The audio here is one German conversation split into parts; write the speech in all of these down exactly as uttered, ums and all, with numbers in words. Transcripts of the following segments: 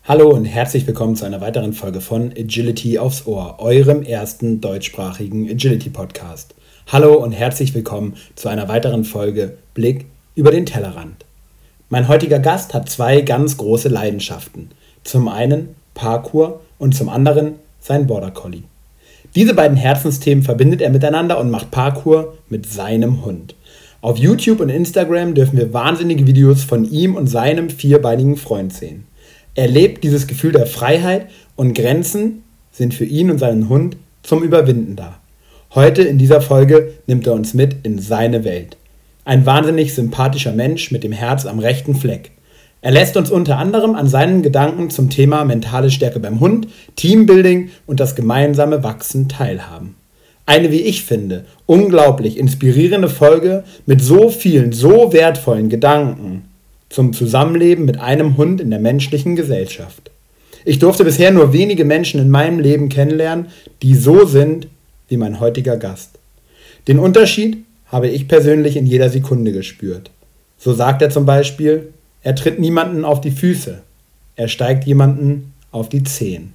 Hallo und herzlich willkommen zu einer weiteren Folge von Agility aufs Ohr, eurem ersten deutschsprachigen Agility-Podcast. Hallo und herzlich willkommen zu einer weiteren Folge Blick über den Tellerrand. Mein heutiger Gast hat zwei ganz große Leidenschaften. Zum einen Parkour und zum anderen sein Border Collie. Diese beiden Herzensthemen verbindet er miteinander und macht Parkour mit seinem Hund. Auf YouTube und Instagram dürfen wir wahnsinnige Videos von ihm und seinem vierbeinigen Freund sehen. Er lebt dieses Gefühl der Freiheit und Grenzen sind für ihn und seinen Hund zum Überwinden da. Heute in dieser Folge nimmt er uns mit in seine Welt. Ein wahnsinnig sympathischer Mensch mit dem Herz am rechten Fleck. Er lässt uns unter anderem an seinen Gedanken zum Thema mentale Stärke beim Hund, Teambuilding und das gemeinsame Wachsen teilhaben. Eine, wie ich finde, unglaublich inspirierende Folge mit so vielen, so wertvollen Gedanken zum Zusammenleben mit einem Hund in der menschlichen Gesellschaft. Ich durfte bisher nur wenige Menschen in meinem Leben kennenlernen, die so sind wie mein heutiger Gast. Den Unterschied habe ich persönlich in jeder Sekunde gespürt. So sagt er zum Beispiel, er tritt niemanden auf die Füße, er steigt jemanden auf die Zehen.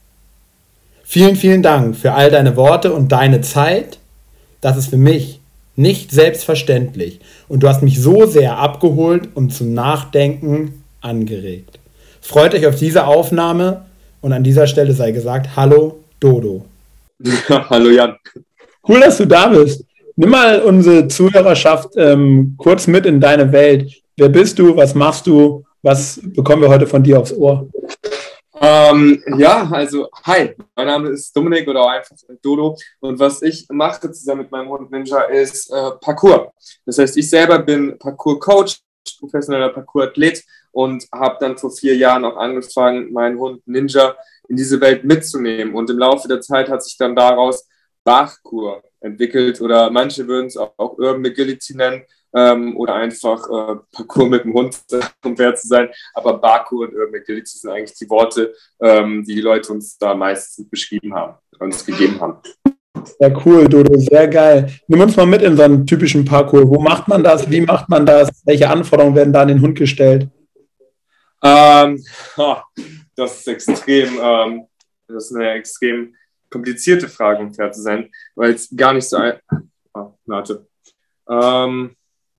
Vielen, vielen Dank für all deine Worte und deine Zeit. Das ist für mich nicht selbstverständlich und du hast mich so sehr abgeholt und zum Nachdenken angeregt. Freut euch auf diese Aufnahme und an dieser Stelle sei gesagt, hallo Dodo. Hallo Jan. Cool, dass du da bist. Nimm mal unsere Zuhörerschaft ähm, kurz mit in deine Welt. Wer bist du, was machst du, was bekommen wir heute von dir aufs Ohr? Ähm, ja, also hi, mein Name ist Dominik oder auch einfach Dodo und was ich mache zusammen mit meinem Hund Ninja ist äh, Parkour. Das heißt, ich selber bin Parkour-Coach, professioneller Parkour-Athlet und habe dann vor vier Jahren auch angefangen, meinen Hund Ninja in diese Welt mitzunehmen und im Laufe der Zeit hat sich dann daraus Parkour entwickelt oder manche würden es auch, auch Urban Agility nennen. Ähm, oder einfach äh, Parkour mit dem Hund, um fair zu sein. Aber Parkour und Urban Agility sind eigentlich die Worte, ähm, die die Leute uns da meistens beschrieben haben, uns gegeben haben. Ja, cool, Dodo, sehr geil. Nimm uns mal mit in so einen typischen Parkour. Wo macht man das? Wie macht man das? Welche Anforderungen werden da an den Hund gestellt? Ähm, oh, das ist extrem, ähm, das ist eine extrem komplizierte Frage, um fair zu sein, weil es gar nicht so ein... Oh, warte. Ähm,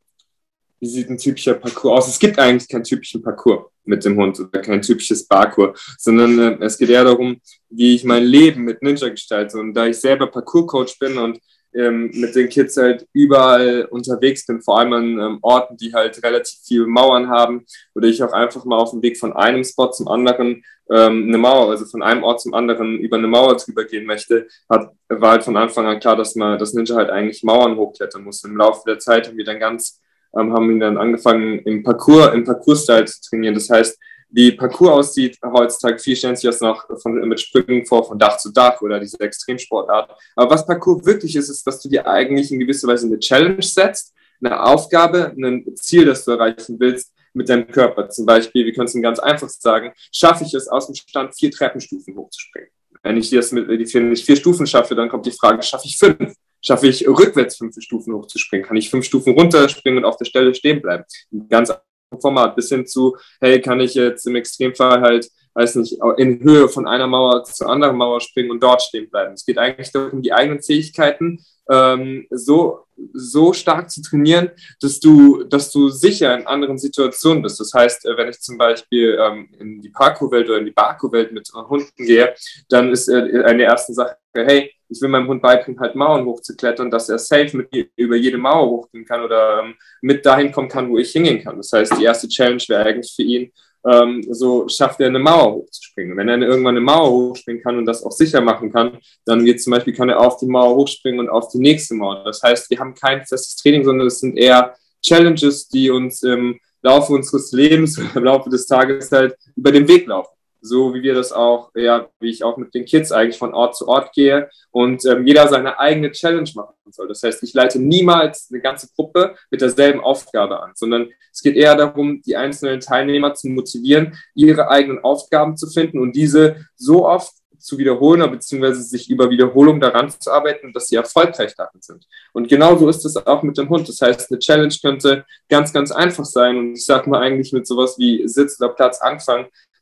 Wie sieht ein typischer Parkour aus? Es gibt eigentlich keinen typischen Parkour mit dem Hund oder kein typisches Parkour, sondern äh, es geht eher darum, wie ich mein Leben mit Ninja gestalte. Und da ich selber Parkour-Coach bin und ähm, mit den Kids halt überall unterwegs bin, vor allem an ähm, Orten, die halt relativ viele Mauern haben, oder ich auch einfach mal auf dem Weg von einem Spot zum anderen ähm, eine Mauer, also von einem Ort zum anderen über eine Mauer drüber gehen möchte, hat, war halt von Anfang an klar, dass man das Ninja halt eigentlich Mauern hochklettern muss. Und im Laufe der Zeit haben wir dann ganz Ähm, haben ihn dann angefangen, im Parkour, im Parkour-Style zu trainieren. Das heißt, wie Parkour aussieht heutzutage, viel stellen sich das noch von, mit Sprüngen vor, von Dach zu Dach oder diese Extremsportart. Aber was Parkour wirklich ist, ist, dass du dir eigentlich in gewisser Weise eine Challenge setzt, eine Aufgabe, ein Ziel, das du erreichen willst mit deinem Körper. Zum Beispiel, wir können es ganz einfach sagen, schaffe ich es aus dem Stand, vier Treppenstufen hochzuspringen. Wenn ich das mit wenn ich vier Stufen schaffe, dann kommt die Frage, schaffe ich fünf? Schaffe ich rückwärts fünf Stufen hochzuspringen? Kann ich fünf Stufen runterspringen und auf der Stelle stehen bleiben? Ein ganz anderes Format, bis hin zu, hey, kann ich jetzt im Extremfall halt, weiß nicht, in Höhe von einer Mauer zur anderen Mauer springen und dort stehen bleiben. Es geht eigentlich darum, die eigenen Fähigkeiten ähm, so, so stark zu trainieren, dass du, dass du sicher in anderen Situationen bist. Das heißt, wenn ich zum Beispiel ähm, in die Parkour-Welt oder in die Parkour-Welt mit Hunden gehe, dann ist äh, eine erste Sache, hey, ich will meinem Hund beibringen, halt Mauern hochzuklettern, dass er safe mit mir über jede Mauer hochgehen kann oder ähm, mit dahin kommen kann, wo ich hingehen kann. Das heißt, die erste Challenge wäre eigentlich für ihn, ähm, so schafft er eine Mauer hochzuspringen. Wenn er irgendwann eine Mauer hochspringen kann und das auch sicher machen kann, dann wird zum Beispiel, kann er auf die Mauer hochspringen und auf die nächste Mauer. Das heißt, wir haben kein festes Training, sondern es sind eher Challenges, die uns im Laufe unseres Lebens, im Laufe des Tages halt über den Weg laufen. So wie wir das auch, ja, wie ich auch mit den Kids eigentlich von Ort zu Ort gehe und ähm, jeder seine eigene Challenge machen soll. Das heißt, ich leite niemals eine ganze Gruppe mit derselben Aufgabe an, sondern es geht eher darum, die einzelnen Teilnehmer zu motivieren, ihre eigenen Aufgaben zu finden und diese so oft zu wiederholen, beziehungsweise sich über Wiederholung daran zu arbeiten, dass sie erfolgreich darin sind. Und genauso ist es auch mit dem Hund. Das heißt, eine Challenge könnte ganz, ganz einfach sein und ich sage mal eigentlich mit sowas wie Sitz oder Platz anfangen,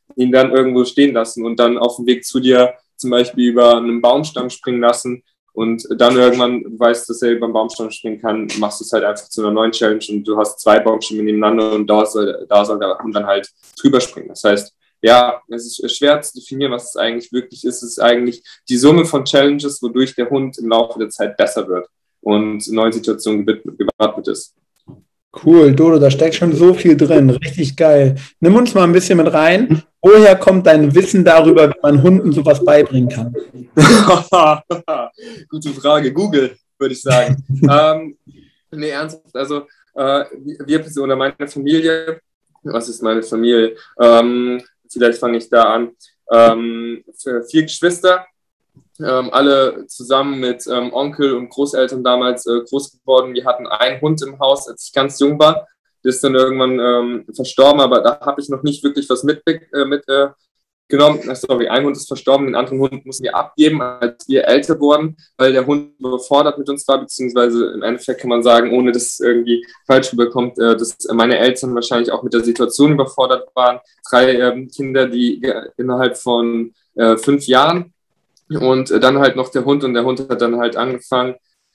ihn dann irgendwo stehen lassen und dann auf dem Weg zu dir zum Beispiel über einen Baumstamm springen lassen und dann irgendwann, du weißt, dass er über den Baumstamm springen kann, machst du es halt einfach zu einer neuen Challenge und du hast zwei Baumstämme nebeneinander und da soll, da soll der Hund dann halt drüber springen. Das heißt, ja, es ist schwer zu definieren, was es eigentlich wirklich ist. Es ist eigentlich die Summe von Challenges, wodurch der Hund im Laufe der Zeit besser wird und neuen Situationen gewappnet ist. Cool, Dodo, da steckt schon so viel drin. Richtig geil. Nimm uns mal ein bisschen mit rein. Woher kommt dein Wissen darüber, wie man Hunden sowas beibringen kann? Gute Frage. Google, würde ich sagen. ähm, nee, ernsthaft. Also, äh, wir oder meine Familie, was ist meine Familie? Ähm, vielleicht fange ich da an. Ähm, vier Geschwister. Ähm, alle zusammen mit ähm, Onkel und Großeltern damals äh, groß geworden. Wir hatten einen Hund im Haus, als ich ganz jung war. Der ist dann irgendwann ähm, verstorben, aber da habe ich noch nicht wirklich was mit, äh, mit äh, genommen. Sorry, ein Hund ist verstorben, den anderen Hund mussten wir abgeben, als wir älter wurden, weil der Hund überfordert mit uns war, beziehungsweise im Endeffekt kann man sagen, ohne dass es irgendwie falsch rüberkommt, äh, dass meine Eltern wahrscheinlich auch mit der Situation überfordert waren. Drei ähm, Kinder, die äh, innerhalb von äh, fünf Jahren und dann halt noch der Hund und der Hund hat dann halt angefangen,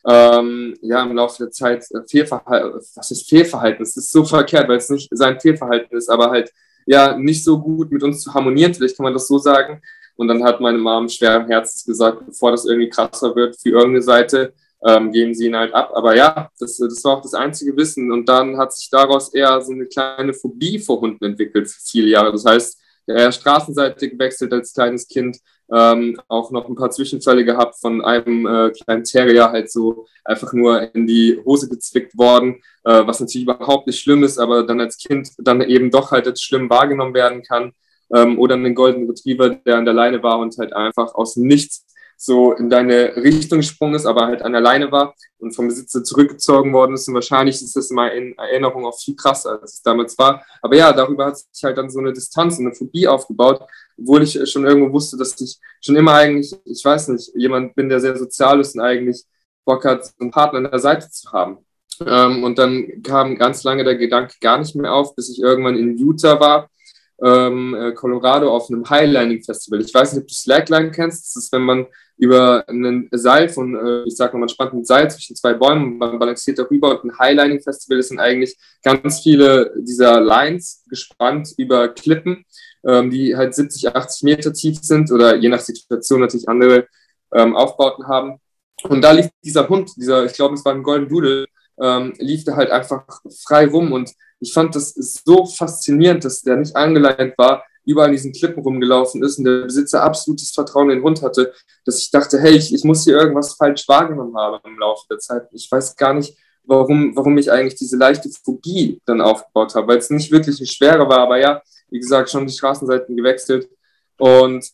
ähm, ja, im Laufe der Zeit Fehlverhalten, was ist Fehlverhalten? Es ist so verkehrt, weil es nicht sein Fehlverhalten ist, aber halt, ja, nicht so gut mit uns zu harmonieren, vielleicht kann man das so sagen. Und dann hat meine Mom schweren Herzens gesagt, bevor das irgendwie krasser wird für irgendeine Seite, ähm, geben sie ihn halt ab. Aber ja, das, das war auch das einzige Wissen. Und dann hat sich daraus eher so eine kleine Phobie vor Hunden entwickelt für viele Jahre. Das heißt, er Straßenseite gewechselt als kleines Kind, ähm, auch noch ein paar Zwischenfälle gehabt von einem äh, kleinen Terrier, halt so einfach nur in die Hose gezwickt worden, äh, was natürlich überhaupt nicht schlimm ist, aber dann als Kind dann eben doch halt als schlimm wahrgenommen werden kann. Ähm, oder einen Golden Retriever, der an der Leine war und halt einfach aus dem Nichts so in deine Richtung gesprungen ist, aber halt an der Leine war und vom Besitzer zurückgezogen worden ist. Und wahrscheinlich ist das mal in Erinnerung auch viel krasser, als es damals war. Aber ja, darüber hat sich halt dann so eine Distanz und eine Phobie aufgebaut, obwohl ich schon irgendwo wusste, dass ich schon immer eigentlich, ich weiß nicht, jemand bin, der sehr sozial ist und eigentlich Bock hat, einen Partner an der Seite zu haben. Ähm, und dann kam ganz lange der Gedanke gar nicht mehr auf, bis ich irgendwann in Utah war, ähm, Colorado, auf einem Highlining-Festival. Ich weiß nicht, ob du Slackline kennst. Das ist, wenn man über ein Seil von, äh, ich sag mal, man spannt ein Seil zwischen zwei Bäumen und man balanciert darüber. Und ein Highlining-Festival ist dann eigentlich ganz viele dieser Lines gespannt über Klippen, ähm, die halt siebzig, achtzig Meter tief sind oder je nach Situation natürlich andere ähm, Aufbauten haben. Und da lief dieser Hund, dieser, ich glaube, es war ein Golden Doodle, ähm, lief da halt einfach frei rum und ich fand das so faszinierend, dass der nicht angeleint war, überall an diesen Klippen rumgelaufen ist und der Besitzer absolutes Vertrauen in den Hund hatte, dass ich dachte, hey, ich, ich muss hier irgendwas falsch wahrgenommen haben im Laufe der Zeit. Ich weiß gar nicht, warum, warum ich eigentlich diese leichte Phobie dann aufgebaut habe, weil es nicht wirklich eine schwere war, aber ja, wie gesagt, schon die Straßenseiten gewechselt und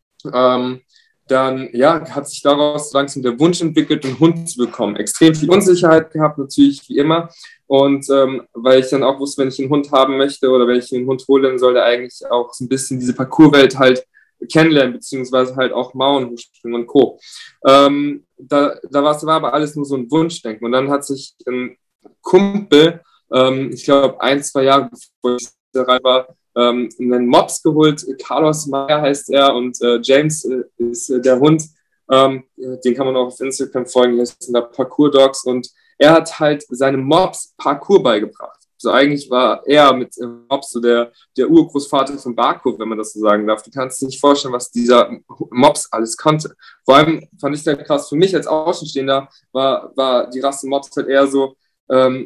ähm, dann ja, hat sich daraus langsam der Wunsch entwickelt, einen Hund zu bekommen. Extrem viel Unsicherheit gehabt, natürlich wie immer. Und ähm, weil ich dann auch wusste, wenn ich einen Hund haben möchte oder wenn ich einen Hund hole, dann soll der eigentlich auch so ein bisschen diese Parcourswelt halt kennenlernen, beziehungsweise halt auch Mauern, Hochspringen und Co. Ähm, da da war, war aber alles nur so ein Wunschdenken. Und dann hat sich ein Kumpel, ähm, ich glaube ein, zwei Jahre bevor ich da rein war, ähm, einen Mops geholt. Carlos Meyer heißt er und äh, James äh, ist äh, der Hund. Ähm, den kann man auch auf Instagram folgen. Hier sind da Parkour Dogs und er hat halt seinem Mops Parkour beigebracht. So eigentlich war er mit äh, Mops so der, der Urgroßvater von Barco, wenn man das so sagen darf. Du kannst dir nicht vorstellen, was dieser Mops alles konnte. Vor allem fand ich das krass. Für mich als Außenstehender war, war die Rasse Mops halt eher so, ähm,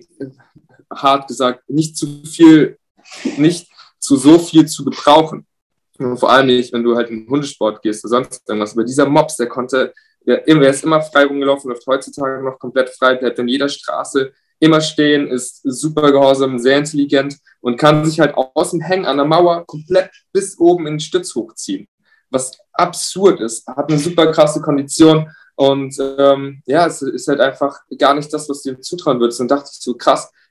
hart gesagt, nicht zu viel, nicht zu so viel zu gebrauchen. Und vor allem nicht, wenn du halt in den Hundesport gehst oder sonst irgendwas. Aber dieser Mops, der konnte, der, der ist immer frei rumgelaufen, läuft heutzutage noch komplett frei, bleibt an jeder Straße immer stehen, ist super gehorsam, sehr intelligent und kann sich halt aus dem Hängen an der Mauer komplett bis oben in den Stütz hochziehen. Was absurd ist, hat eine super krasse Kondition und ähm, ja, es ist halt einfach gar nicht das, was du ihm zutrauen würdest. Und dachte ich so, krass,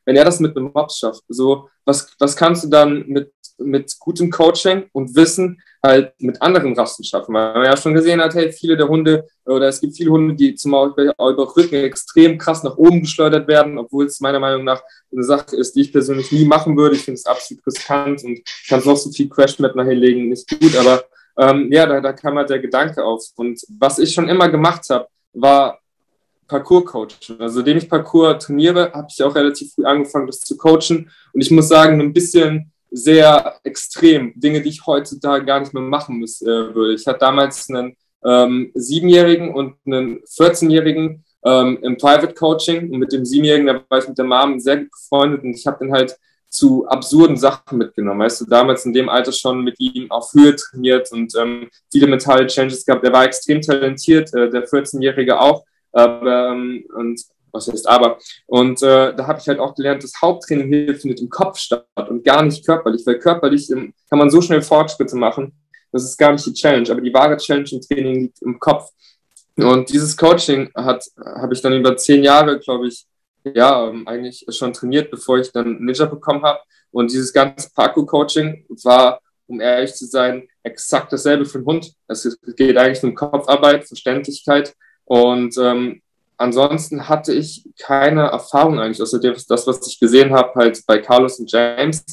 wenn er das mit einem Mops schafft, so, was, was kannst du dann mit, mit gutem Coaching und Wissen halt mit anderen Rassen schaffen? Weil man ja schon gesehen hat, hey, viele der Hunde, oder es gibt viele Hunde, die zum Beispiel über Rücken extrem krass nach oben geschleudert werden, obwohl es meiner Meinung nach eine Sache ist, die ich persönlich nie machen würde. Ich finde es absolut riskant und kann noch so viel Crash-Mat nachher legen, nicht gut, aber ähm, ja, da, da kam halt der Gedanke auf. Und was ich schon immer gemacht habe, war Parcours-Coach. Also, seitdem ich Parcours trainiere, habe ich auch relativ früh angefangen, das zu coachen. Und ich muss sagen, ein bisschen sehr extrem. Dinge, die ich heutzutage gar nicht mehr machen muss, äh, würde. Ich hatte damals einen ähm, Siebenjährigen und einen vierzehnjährigen ähm, im Private Coaching. Und mit dem Siebenjährigen, da war ich mit der Mom sehr gut befreundet und ich habe den halt zu absurden Sachen mitgenommen. Weißt du, damals in dem Alter schon mit ihm auf Höhe trainiert und ähm, viele mentale Changes gehabt. Der war extrem talentiert, äh, der vierzehnjährige auch. Aber, ähm, und was heißt aber? Und äh, da habe ich halt auch gelernt, das Haupttraining hier findet im Kopf statt und gar nicht körperlich, weil körperlich ähm, kann man so schnell Fortschritte machen. Das ist gar nicht die Challenge, aber die wahre Challenge im Training liegt im Kopf. Und dieses Coaching hat habe ich dann über zehn Jahre, glaube ich, ja, ähm, eigentlich schon trainiert, bevor ich dann Ninja bekommen habe. Und dieses ganze Parkour-Coaching war, um ehrlich zu sein, exakt dasselbe für den Hund. Es geht eigentlich um Kopfarbeit, Verständlichkeit. Und ähm, ansonsten hatte ich keine Erfahrung eigentlich, außer das, was ich gesehen habe, halt bei Carlos und James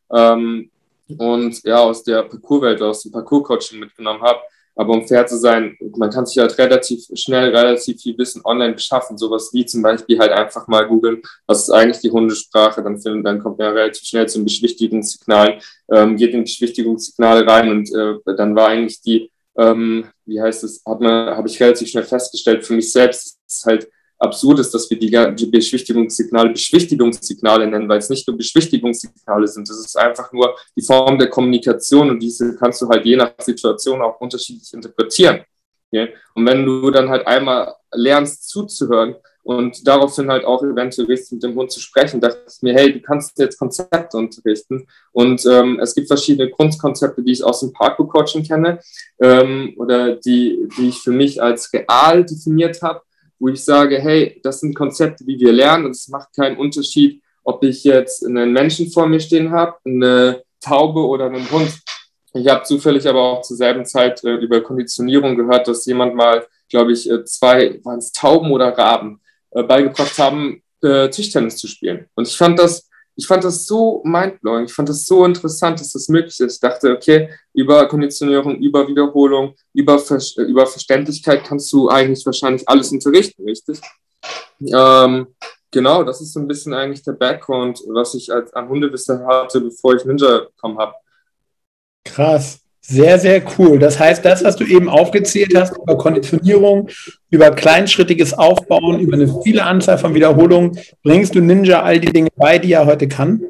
ähm, und ja, aus der Parkour-Welt, aus dem Parkour-Coaching mitgenommen habe. Aber um fair zu sein, man kann sich halt relativ schnell relativ viel Wissen online beschaffen, sowas wie zum Beispiel halt einfach mal googeln, was ist eigentlich die Hundesprache, dann, finden, dann kommt man ja relativ schnell zu den Beschwichtigungssignalen, ähm, geht in Beschwichtigungssignale rein und äh, dann war eigentlich die Ähm, wie heißt es, hat man, habe ich relativ schnell festgestellt für mich selbst, dass es halt absurd ist, dass wir die, die Beschwichtigungssignale Beschwichtigungssignale nennen, weil es nicht nur Beschwichtigungssignale sind, es ist einfach nur die Form der Kommunikation und diese kannst du halt je nach Situation auch unterschiedlich interpretieren. Okay? Und wenn du dann halt einmal lernst zuzuhören und daraufhin halt auch eventuell richtig mit dem Hund zu sprechen, dachte ich mir, hey, du kannst jetzt Konzepte unterrichten und ähm, es gibt verschiedene Grundkonzepte, die ich aus dem Parkour-Coaching kenne ähm, oder die, die ich für mich als real definiert habe, wo ich sage, hey, das sind Konzepte, die wir lernen und es macht keinen Unterschied, ob ich jetzt einen Menschen vor mir stehen habe, eine Taube oder einen Hund. Ich habe zufällig aber auch zur selben Zeit äh, über Konditionierung gehört, dass jemand mal, glaube ich, äh, zwei, waren es Tauben oder Raben, äh, beigebracht haben, äh, Tischtennis zu spielen. Und ich fand das, ich fand das so mindblowing, ich fand das so interessant, dass das möglich ist. Ich dachte, okay, über Konditionierung, über Wiederholung, über, Ver über Verständlichkeit kannst du eigentlich wahrscheinlich alles unterrichten, richtig? Ähm, genau, das ist so ein bisschen eigentlich der Background, was ich als an Hundewissen hatte, bevor ich Ninja bekommen habe. Krass, sehr, sehr cool. Das heißt, das, was du eben aufgezählt hast, über Konditionierung, über kleinschrittiges Aufbauen, über eine viele Anzahl von Wiederholungen, bringst du Ninja all die Dinge bei, die er heute kann?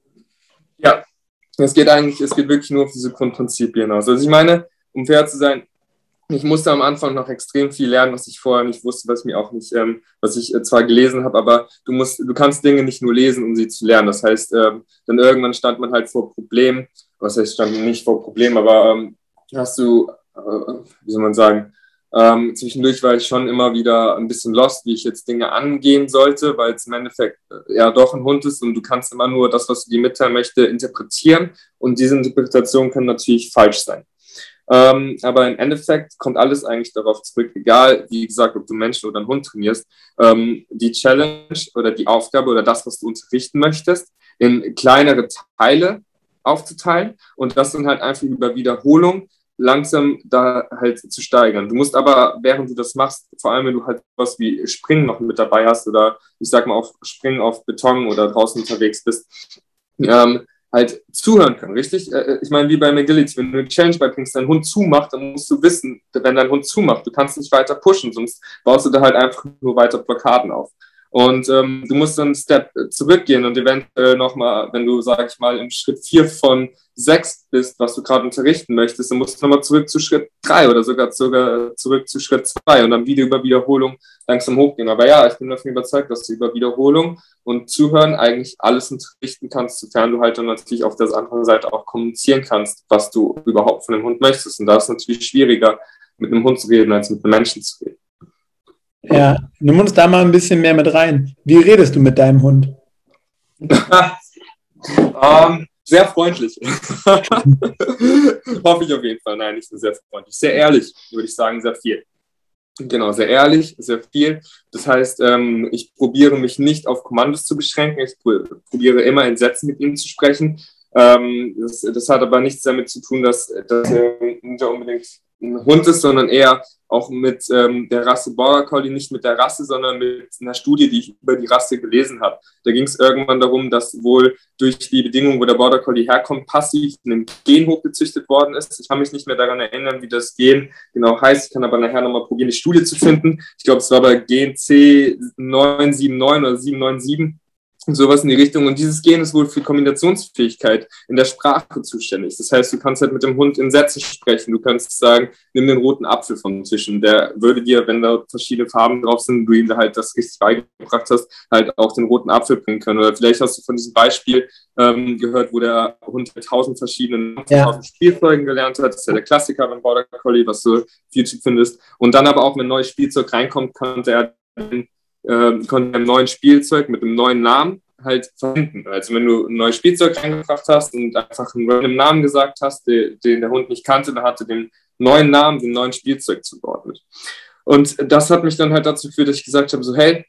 Ja, es geht eigentlich, es geht wirklich nur auf diese Grundprinzipien aus. Also ich meine, um fair zu sein, ich musste am Anfang noch extrem viel lernen, was ich vorher nicht wusste, was mir auch nicht, ähm, was ich äh, zwar gelesen habe, aber du musst, du kannst Dinge nicht nur lesen, um sie zu lernen. Das heißt, ähm, dann irgendwann stand man halt vor Problemen. Was heißt, stand man nicht vor Problemen, aber ähm, hast du, äh, wie soll man sagen, ähm, zwischendurch war ich schon immer wieder ein bisschen lost, wie ich jetzt Dinge angehen sollte, weil es im Endeffekt äh, ja doch ein Hund ist und du kannst immer nur das, was du dir mitteilen möchtest, interpretieren und diese Interpretation kann natürlich falsch sein. Ähm, aber im Endeffekt kommt alles eigentlich darauf zurück, egal, wie gesagt, ob du Menschen oder einen Hund trainierst, ähm, die Challenge oder die Aufgabe oder das, was du unterrichten möchtest, in kleinere Teile aufzuteilen und das dann halt einfach über Wiederholung langsam da halt zu steigern. Du musst aber, während du das machst, vor allem wenn du halt was wie Springen noch mit dabei hast oder ich sag mal auf Springen auf Beton oder draußen unterwegs bist, ähm, halt zuhören können, richtig? Ich meine, wie bei Agility, wenn du eine Challenge beibringst, dein Hund zumacht, dann musst du wissen, wenn dein Hund zumacht, du kannst nicht weiter pushen, sonst baust du da halt einfach nur weiter Blockaden auf. Und ähm, du musst dann einen Step zurückgehen und eventuell nochmal, wenn du, sag ich mal, im Schritt vier von sechs bist, was du gerade unterrichten möchtest, dann musst du nochmal zurück zu Schritt drei oder sogar, sogar zurück zu Schritt zwei und dann wieder über Wiederholung langsam hochgehen. Aber ja, ich bin davon überzeugt, dass du über Wiederholung und Zuhören eigentlich alles unterrichten kannst, sofern du halt dann natürlich auf der anderen Seite auch kommunizieren kannst, was du überhaupt von dem Hund möchtest. Und da ist es natürlich schwieriger, mit einem Hund zu reden, als mit einem Menschen zu reden. Ja, nimm uns da mal ein bisschen mehr mit rein. Wie redest du mit deinem Hund? ähm, sehr freundlich. Hoffe ich auf jeden Fall. Nein, nicht so sehr freundlich. Sehr ehrlich, würde ich sagen, sehr viel. Genau, sehr ehrlich, sehr viel. Das heißt, ähm, ich probiere mich nicht auf Kommandos zu beschränken. Ich probiere immer in Sätzen mit ihm zu sprechen. Ähm, das, das hat aber nichts damit zu tun, dass, dass er nicht unbedingt ein Hund ist, sondern eher auch mit ähm, der Rasse Border Collie, nicht mit der Rasse, sondern mit einer Studie, die ich über die Rasse gelesen habe. Da ging es irgendwann darum, dass wohl durch die Bedingungen, wo der Border Collie herkommt, passiv ein Gen hochgezüchtet worden ist. Ich kann mich nicht mehr daran erinnern, wie das Gen genau heißt. Ich kann aber nachher nochmal probieren, die Studie zu finden. Ich glaube, es war bei Gen C neun sieben neun oder sieben neun sieben. Und sowas in die Richtung. Und dieses Gen ist wohl für Kombinationsfähigkeit in der Sprache zuständig. Das heißt, du kannst halt mit dem Hund in Sätzen sprechen. Du kannst sagen, nimm den roten Apfel vom Tisch. Und der würde dir, wenn da verschiedene Farben drauf sind, du ihm halt das richtig beigebracht hast, halt auch den roten Apfel bringen können. Oder vielleicht hast du von diesem Beispiel ähm, gehört, wo der Hund mit tausend verschiedenen ja. tausend Spielzeugen gelernt hat. Das ist ja der Klassiker beim Border Collie, was du auf YouTube findest. Und dann aber auch, wenn ein neues Spielzeug reinkommt, konnte er den Ähm, konnte einem neuen Spielzeug mit einem neuen Namen halt verbinden. Also wenn du ein neues Spielzeug reingebracht hast und einfach einen random Namen gesagt hast, den, den der Hund nicht kannte, dann hatte den neuen Namen, den neuen Spielzeug zugeordnet. Und das hat mich dann halt dazu geführt, dass ich gesagt habe, so hey,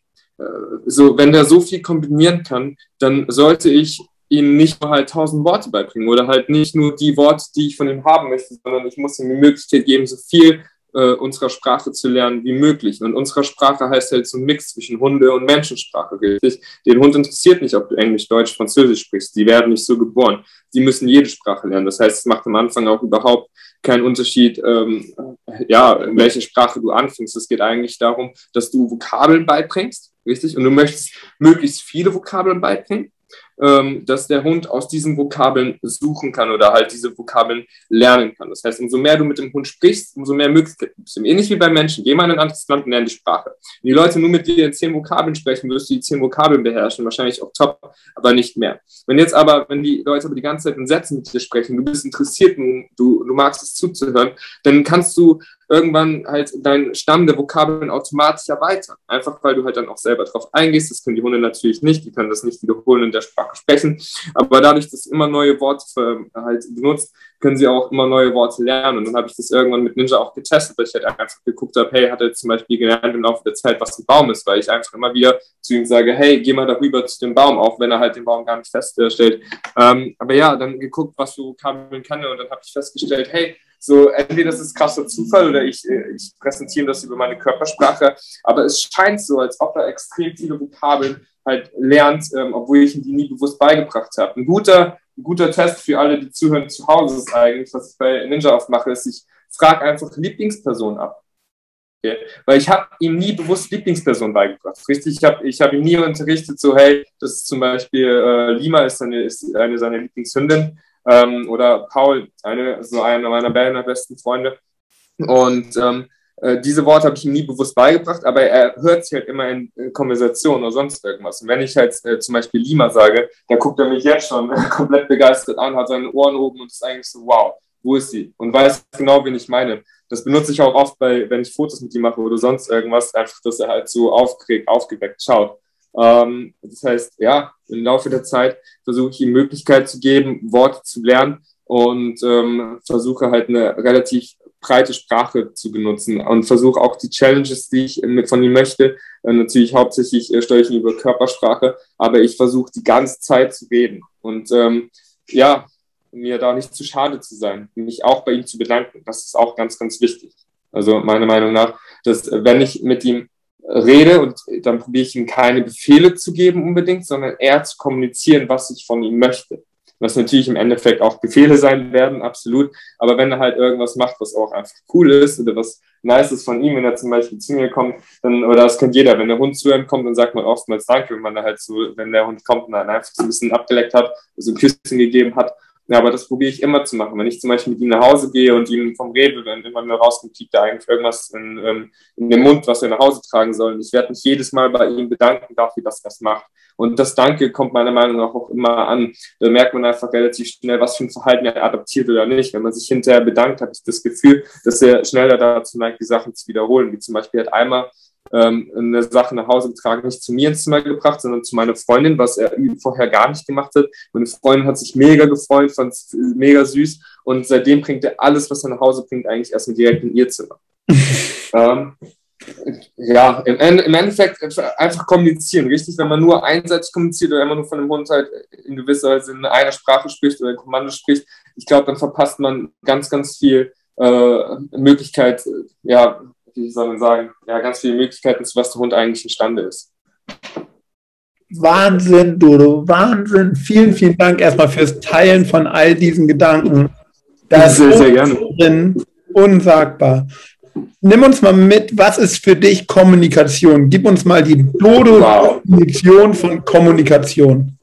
so wenn der so viel kombinieren kann, dann sollte ich ihm nicht nur halt tausend Worte beibringen oder halt nicht nur die Worte, die ich von ihm haben möchte, sondern ich muss ihm die Möglichkeit geben, so viel unserer Sprache zu lernen wie möglich. Und unserer Sprache heißt halt so ein Mix zwischen Hunde- und Menschensprache, richtig? Den Hund interessiert nicht, ob du Englisch, Deutsch, Französisch sprichst. Die werden nicht so geboren. Die müssen jede Sprache lernen. Das heißt, es macht am Anfang auch überhaupt keinen Unterschied, ähm, ja, in welcher Sprache du anfängst. Es geht eigentlich darum, dass du Vokabeln beibringst, richtig? Und du möchtest möglichst viele Vokabeln beibringen, ähm, dass der Hund aus diesen Vokabeln suchen kann oder halt diese Vokabeln lernen kann. Das heißt, umso mehr du mit dem Hund sprichst, umso mehr Möglichkeiten gibst du ihm. Ähnlich wie bei Menschen. Geh mal in ein anderes Land und lerne die Sprache. Wenn die Leute nur mit dir in zehn Vokabeln sprechen, wirst du die zehn Vokabeln beherrschen, wahrscheinlich auch top, aber nicht mehr. Wenn jetzt aber, wenn die Leute aber die ganze Zeit in Sätzen mit dir sprechen, du bist interessiert, du, du magst es zuzuhören, dann kannst du irgendwann halt deinen Stamm der Vokabeln automatisch erweitern. Einfach, weil du halt dann auch selber drauf eingehst. Das können die Hunde natürlich nicht. Die können das nicht wiederholen in der Sprache sprechen. Aber dadurch, dass du immer neue Worte für, halt benutzt, können sie auch immer neue Worte lernen. Und dann habe ich das irgendwann mit Ninja auch getestet, weil ich halt einfach geguckt habe, hey, hat er zum Beispiel gelernt im Laufe der Zeit, was ein Baum ist, weil ich einfach immer wieder zu ihm sage, hey, geh mal darüber zu dem Baum, auch wenn er halt den Baum gar nicht feststellt. Ähm, aber ja, dann geguckt, was für Vokabeln kann er, und dann habe ich festgestellt, hey, so, entweder das ist krasser Zufall oder ich, ich präsentiere das über meine Körpersprache, aber es scheint so, als ob er extrem viele Vokabeln halt lernt, ähm, obwohl ich ihm die nie bewusst beigebracht habe. Ein guter, ein guter Test für alle, die zuhören zu Hause ist eigentlich, was ich bei Ninja oft mache, ist, ich frage einfach Lieblingsperson ab. Okay? Weil ich habe ihm nie bewusst Lieblingsperson beigebracht. Richtig, ich habe ich hab ihm nie unterrichtet, so hey, das ist zum Beispiel äh, Lima ist, eine, ist eine seiner Lieblingshündin. Ähm, oder Paul, eine, so einer meiner Berliner besten Freunde. Und ähm, äh, diese Worte habe ich ihm nie bewusst beigebracht, aber er hört sie halt immer in, in Konversation oder sonst irgendwas. Und wenn ich halt äh, zum Beispiel Lima sage, dann guckt er mich jetzt schon komplett begeistert an, hat seine Ohren oben und ist eigentlich so, wow, wo ist sie? Und weiß genau, wen ich meine. Das benutze ich auch oft, bei, wenn ich Fotos mit ihm mache oder sonst irgendwas, einfach, dass er halt so aufgeregt, aufgeweckt schaut. Ähm, das heißt, ja, im Laufe der Zeit versuche ich ihm Möglichkeit zu geben, Worte zu lernen, und ähm, versuche halt eine relativ breite Sprache zu benutzen und versuche auch die Challenges, die ich von ihm möchte, äh, natürlich hauptsächlich äh, steuere ich ihn über Körpersprache, aber ich versuche die ganze Zeit zu reden und ähm, ja, mir da nicht zu schade zu sein, mich auch bei ihm zu bedanken. Das ist auch ganz, ganz wichtig. Also meiner Meinung nach, dass wenn ich mit ihm rede, und dann probiere ich ihm keine Befehle zu geben unbedingt, sondern eher zu kommunizieren, was ich von ihm möchte. Was natürlich im Endeffekt auch Befehle sein werden, absolut. Aber wenn er halt irgendwas macht, was auch einfach cool ist oder was nice ist von ihm, wenn er zum Beispiel zu mir kommt, dann, oder das kennt jeder, wenn der Hund zu ihm kommt, dann sagt man oftmals Danke, wenn man da halt so, wenn der Hund kommt und dann einfach so ein bisschen abgeleckt hat, so ein Küsschen gegeben hat. Ja, aber das probiere ich immer zu machen. Wenn ich zum Beispiel mit ihm nach Hause gehe und ihm vom Rewe, dann immer nur rauskommt, kriegt er eigentlich irgendwas in, ähm, in den Mund, was er nach Hause tragen soll. Und ich werde mich jedes Mal bei ihm bedanken dafür, dass er das macht. Und das Danke kommt meiner Meinung nach auch immer an. Da merkt man einfach relativ schnell, was für ein Verhalten er adaptiert oder nicht. Wenn man sich hinterher bedankt, habe ich das Gefühl, dass er schneller dazu neigt, die Sachen zu wiederholen. Wie zum Beispiel hat einmal ähm, eine Sache nach Hause getragen, nicht zu mir ins Zimmer gebracht, sondern zu meiner Freundin, was er vorher gar nicht gemacht hat. Meine Freundin hat sich mega gefreut, fand es mega süß und seitdem bringt er alles, was er nach Hause bringt, eigentlich erstmal direkt in ihr Zimmer. ähm, ja, im, im Endeffekt einfach kommunizieren, richtig? Wenn man nur einseitig kommuniziert oder immer nur von dem Hund halt in gewisser Weise in einer Sprache spricht oder ein Kommando spricht, ich glaube, dann verpasst man ganz, ganz viel äh, Möglichkeit, ja, wie soll man sagen, ja, ganz viele Möglichkeiten, zu was der Hund eigentlich imstande ist. Wahnsinn, Dodo, Wahnsinn. Vielen, vielen Dank erstmal fürs Teilen von all diesen Gedanken. Das sehr, sehr gerne. Drin, unsagbar. Nimm uns mal mit, was ist für dich Kommunikation? Gib uns mal die Dodo-Definition wow. von Kommunikation.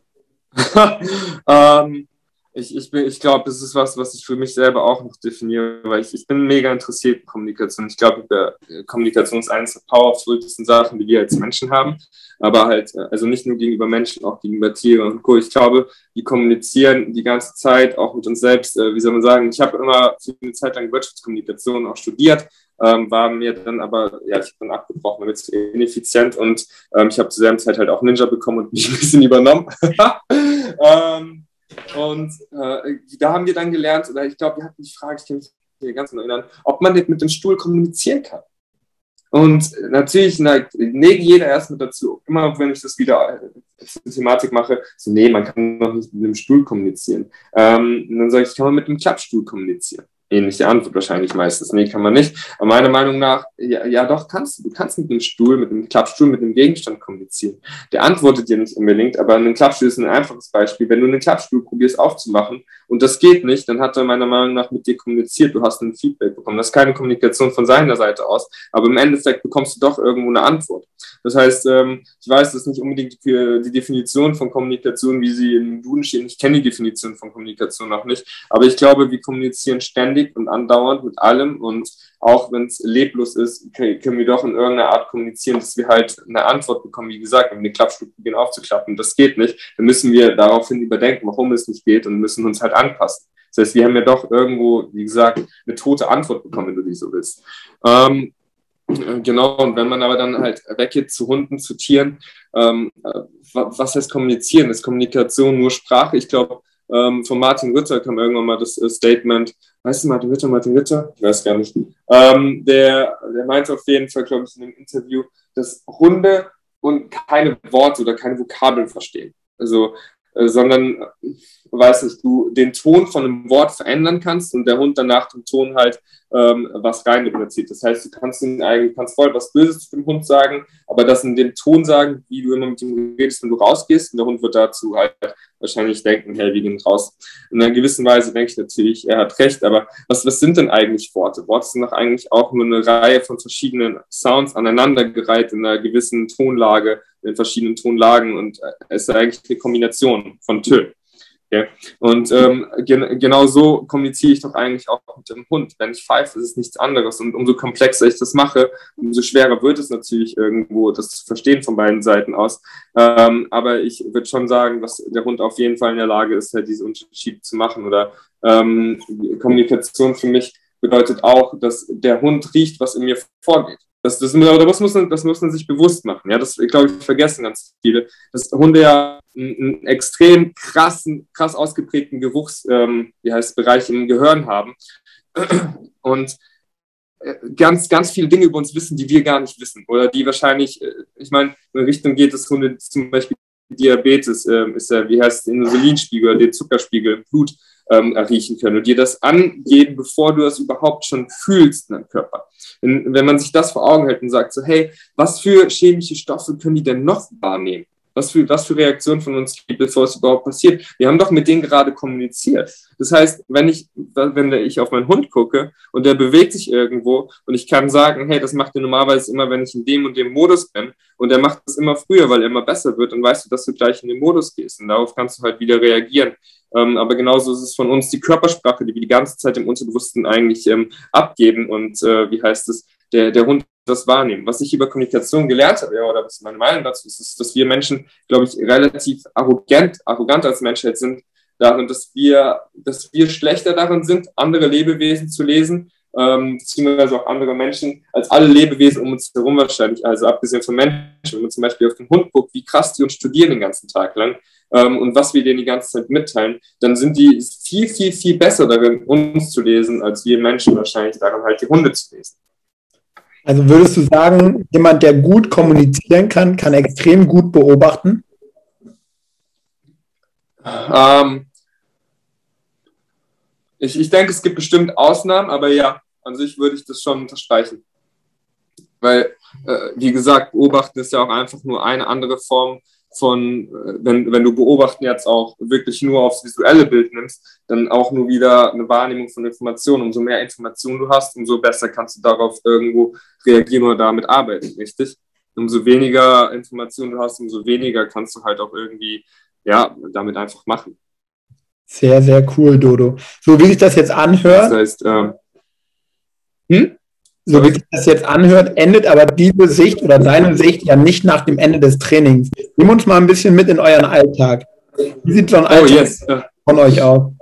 ähm, ich ich, ich glaube, das ist was, was ich für mich selber auch noch definiere, weil ich, ich bin mega interessiert in Kommunikation. Ich glaube, Kommunikation ist eines der powerfulsten Sachen, die wir als Menschen haben, aber halt, also nicht nur gegenüber Menschen, auch gegenüber Tieren und Co. Ich glaube, wir kommunizieren die ganze Zeit, auch mit uns selbst. Wie soll man sagen, ich habe immer für eine Zeit lang Wirtschaftskommunikation auch studiert, ähm, war mir dann aber, ja, ich habe dann abgebrochen, wird zu ineffizient und ähm, ich habe zur selben Zeit halt auch Ninja bekommen und mich ein bisschen übernommen. ähm, Und äh, da haben wir dann gelernt, oder ich glaube, wir hatten die Frage, ich kann mich hier ganz genau erinnern, ob man mit dem Stuhl kommunizieren kann. Und natürlich neigt jeder erst mit dazu, immer wenn ich das wieder als Thematik mache, so, nee, man kann doch nicht mit dem Stuhl kommunizieren. Ähm, und dann sage ich, kann man mit dem Klappstuhl kommunizieren? Ähnliche Antwort wahrscheinlich meistens. Nee, kann man nicht. Aber meiner Meinung nach, ja, ja doch, kannst du. Du kannst mit dem Stuhl, mit dem Klappstuhl, mit dem Gegenstand kommunizieren. Der antwortet dir nicht unbedingt, aber ein Klappstuhl ist ein einfaches Beispiel. Wenn du einen Klappstuhl probierst aufzumachen und das geht nicht, dann hat er meiner Meinung nach mit dir kommuniziert. Du hast ein Feedback bekommen. Das ist keine Kommunikation von seiner Seite aus, aber im Endeffekt bekommst du doch irgendwo eine Antwort. Das heißt, ich weiß, das ist nicht unbedingt die Definition von Kommunikation, wie sie im Duden steht. Ich kenne die Definition von Kommunikation noch nicht, aber ich glaube, wir kommunizieren ständig und andauernd mit allem und auch wenn es leblos ist, können wir doch in irgendeiner Art kommunizieren, dass wir halt eine Antwort bekommen. Wie gesagt, wenn wir eine Klappstuhl beginnen aufzuklappen, das geht nicht, dann müssen wir daraufhin überdenken, warum es nicht geht und müssen uns halt anpassen. Das heißt, wir haben ja doch irgendwo, wie gesagt, eine tote Antwort bekommen, wenn du die so willst. Ähm, genau, und wenn man aber dann halt weggeht zu Hunden, zu Tieren, ähm, was heißt kommunizieren? Ist Kommunikation nur Sprache? Ich glaube, ähm, von Martin Rütter kam irgendwann mal das äh, Statement, weißt du, Martin Rütter, Martin Rütter? Ich weiß gar nicht. Ähm, der, der meinte auf jeden Fall, glaube ich, in einem Interview, dass Hunde und keine Worte oder keine Vokabeln verstehen. Also, äh, sondern, weiß nicht, du den Ton von einem Wort verändern kannst und der Hund danach den Ton halt ähm, was rein interpretiert. Das heißt, du kannst ihn eigentlich, kannst voll was Böses zu dem Hund sagen, aber das in dem Ton sagen, wie du immer mit ihm redest, wenn du rausgehst, und der Hund wird dazu halt wahrscheinlich denken, hey, wir gehen raus. In einer gewissen Weise denke ich natürlich, er hat recht, aber was, was sind denn eigentlich Worte? Worte sind doch eigentlich auch nur eine Reihe von verschiedenen Sounds aneinandergereiht in einer gewissen Tonlage, in verschiedenen Tonlagen und es ist eigentlich eine Kombination von Tönen. Okay. Und ähm, gen- genau so kommuniziere ich doch eigentlich auch mit dem Hund. Wenn ich pfeife, ist es nichts anderes. Und umso komplexer ich das mache, umso schwerer wird es natürlich irgendwo, das zu verstehen von beiden Seiten aus. Ähm, aber ich würde schon sagen, dass der Hund auf jeden Fall in der Lage ist, halt diese Unterschiede zu machen. Oder ähm, Kommunikation für mich bedeutet auch, dass der Hund riecht, was in mir vorgeht. Das, das, das, muss man, das muss man sich bewusst machen. Ja, das, glaube ich, vergessen ganz viele. Dass Hunde ja einen, einen extrem krassen, krass ausgeprägten Geruchs, ähm, wie heißt Bereich im Gehirn haben. Und ganz, ganz viele Dinge über uns wissen, die wir gar nicht wissen. Oder die wahrscheinlich, ich meine, in Richtung geht, dass Hunde zum Beispiel Diabetes, äh, ist ja, wie heißt es, den Insulinspiegel oder den Zuckerspiegel im Blut ähm, riechen können und dir das angeben, bevor du das überhaupt schon fühlst in deinem Körper. Wenn, wenn man sich das vor Augen hält und sagt so, hey, was für chemische Stoffe können die denn noch wahrnehmen? Was für, was für Reaktionen von uns gibt, bevor es überhaupt passiert? Wir haben doch mit denen gerade kommuniziert. Das heißt, wenn ich, wenn ich auf meinen Hund gucke und der bewegt sich irgendwo und ich kann sagen, hey, das macht er normalerweise immer, wenn ich in dem und dem Modus bin und er macht das immer früher, weil er immer besser wird, dann weißt du, dass du gleich in den Modus gehst und darauf kannst du halt wieder reagieren. Ähm, aber genauso ist es von uns die Körpersprache, die wir die ganze Zeit im Unterbewussten eigentlich ähm, abgeben und äh, wie heißt es, der, der Hund das wahrnehmen. Was ich über Kommunikation gelernt habe, ja, oder was meine Meinung dazu ist, ist, dass wir Menschen, glaube ich, relativ arrogant, arrogant als Menschheit sind, darin, dass wir, dass wir schlechter darin sind, andere Lebewesen zu lesen, ähm, beziehungsweise auch andere Menschen, als alle Lebewesen um uns herum wahrscheinlich. Also abgesehen von Menschen, wenn man zum Beispiel auf den Hund guckt, wie krass die uns studieren den ganzen Tag lang ähm, und was wir denen die ganze Zeit mitteilen, dann sind die viel, viel, viel besser darin, uns zu lesen, als wir Menschen wahrscheinlich darin halt die Hunde zu lesen. Also würdest du sagen, jemand, der gut kommunizieren kann, kann extrem gut beobachten? Ähm, ich, ich denke, es gibt bestimmt Ausnahmen, aber ja, an sich würde ich das schon unterstreichen. Weil, äh, wie gesagt, beobachten ist ja auch einfach nur eine andere Form von, äh, wenn, wenn du beobachten jetzt auch wirklich nur aufs visuelle Bild nimmst, dann auch nur wieder eine Wahrnehmung von Informationen. Umso mehr Informationen du hast, umso besser kannst du darauf irgendwo reagieren oder damit arbeiten, richtig? Umso weniger Informationen du hast, umso weniger kannst du halt auch irgendwie, ja, damit einfach machen. Sehr, sehr cool, Dodo. So wie sich das jetzt anhört, Das heißt, ähm, hm? so wie sich das jetzt anhört, endet aber diese Sicht oder deine Sicht ja nicht nach dem Ende des Trainings. Nimm uns mal ein bisschen mit in euren Alltag. Wie sieht so ein Alltag oh, yes. von euch aus?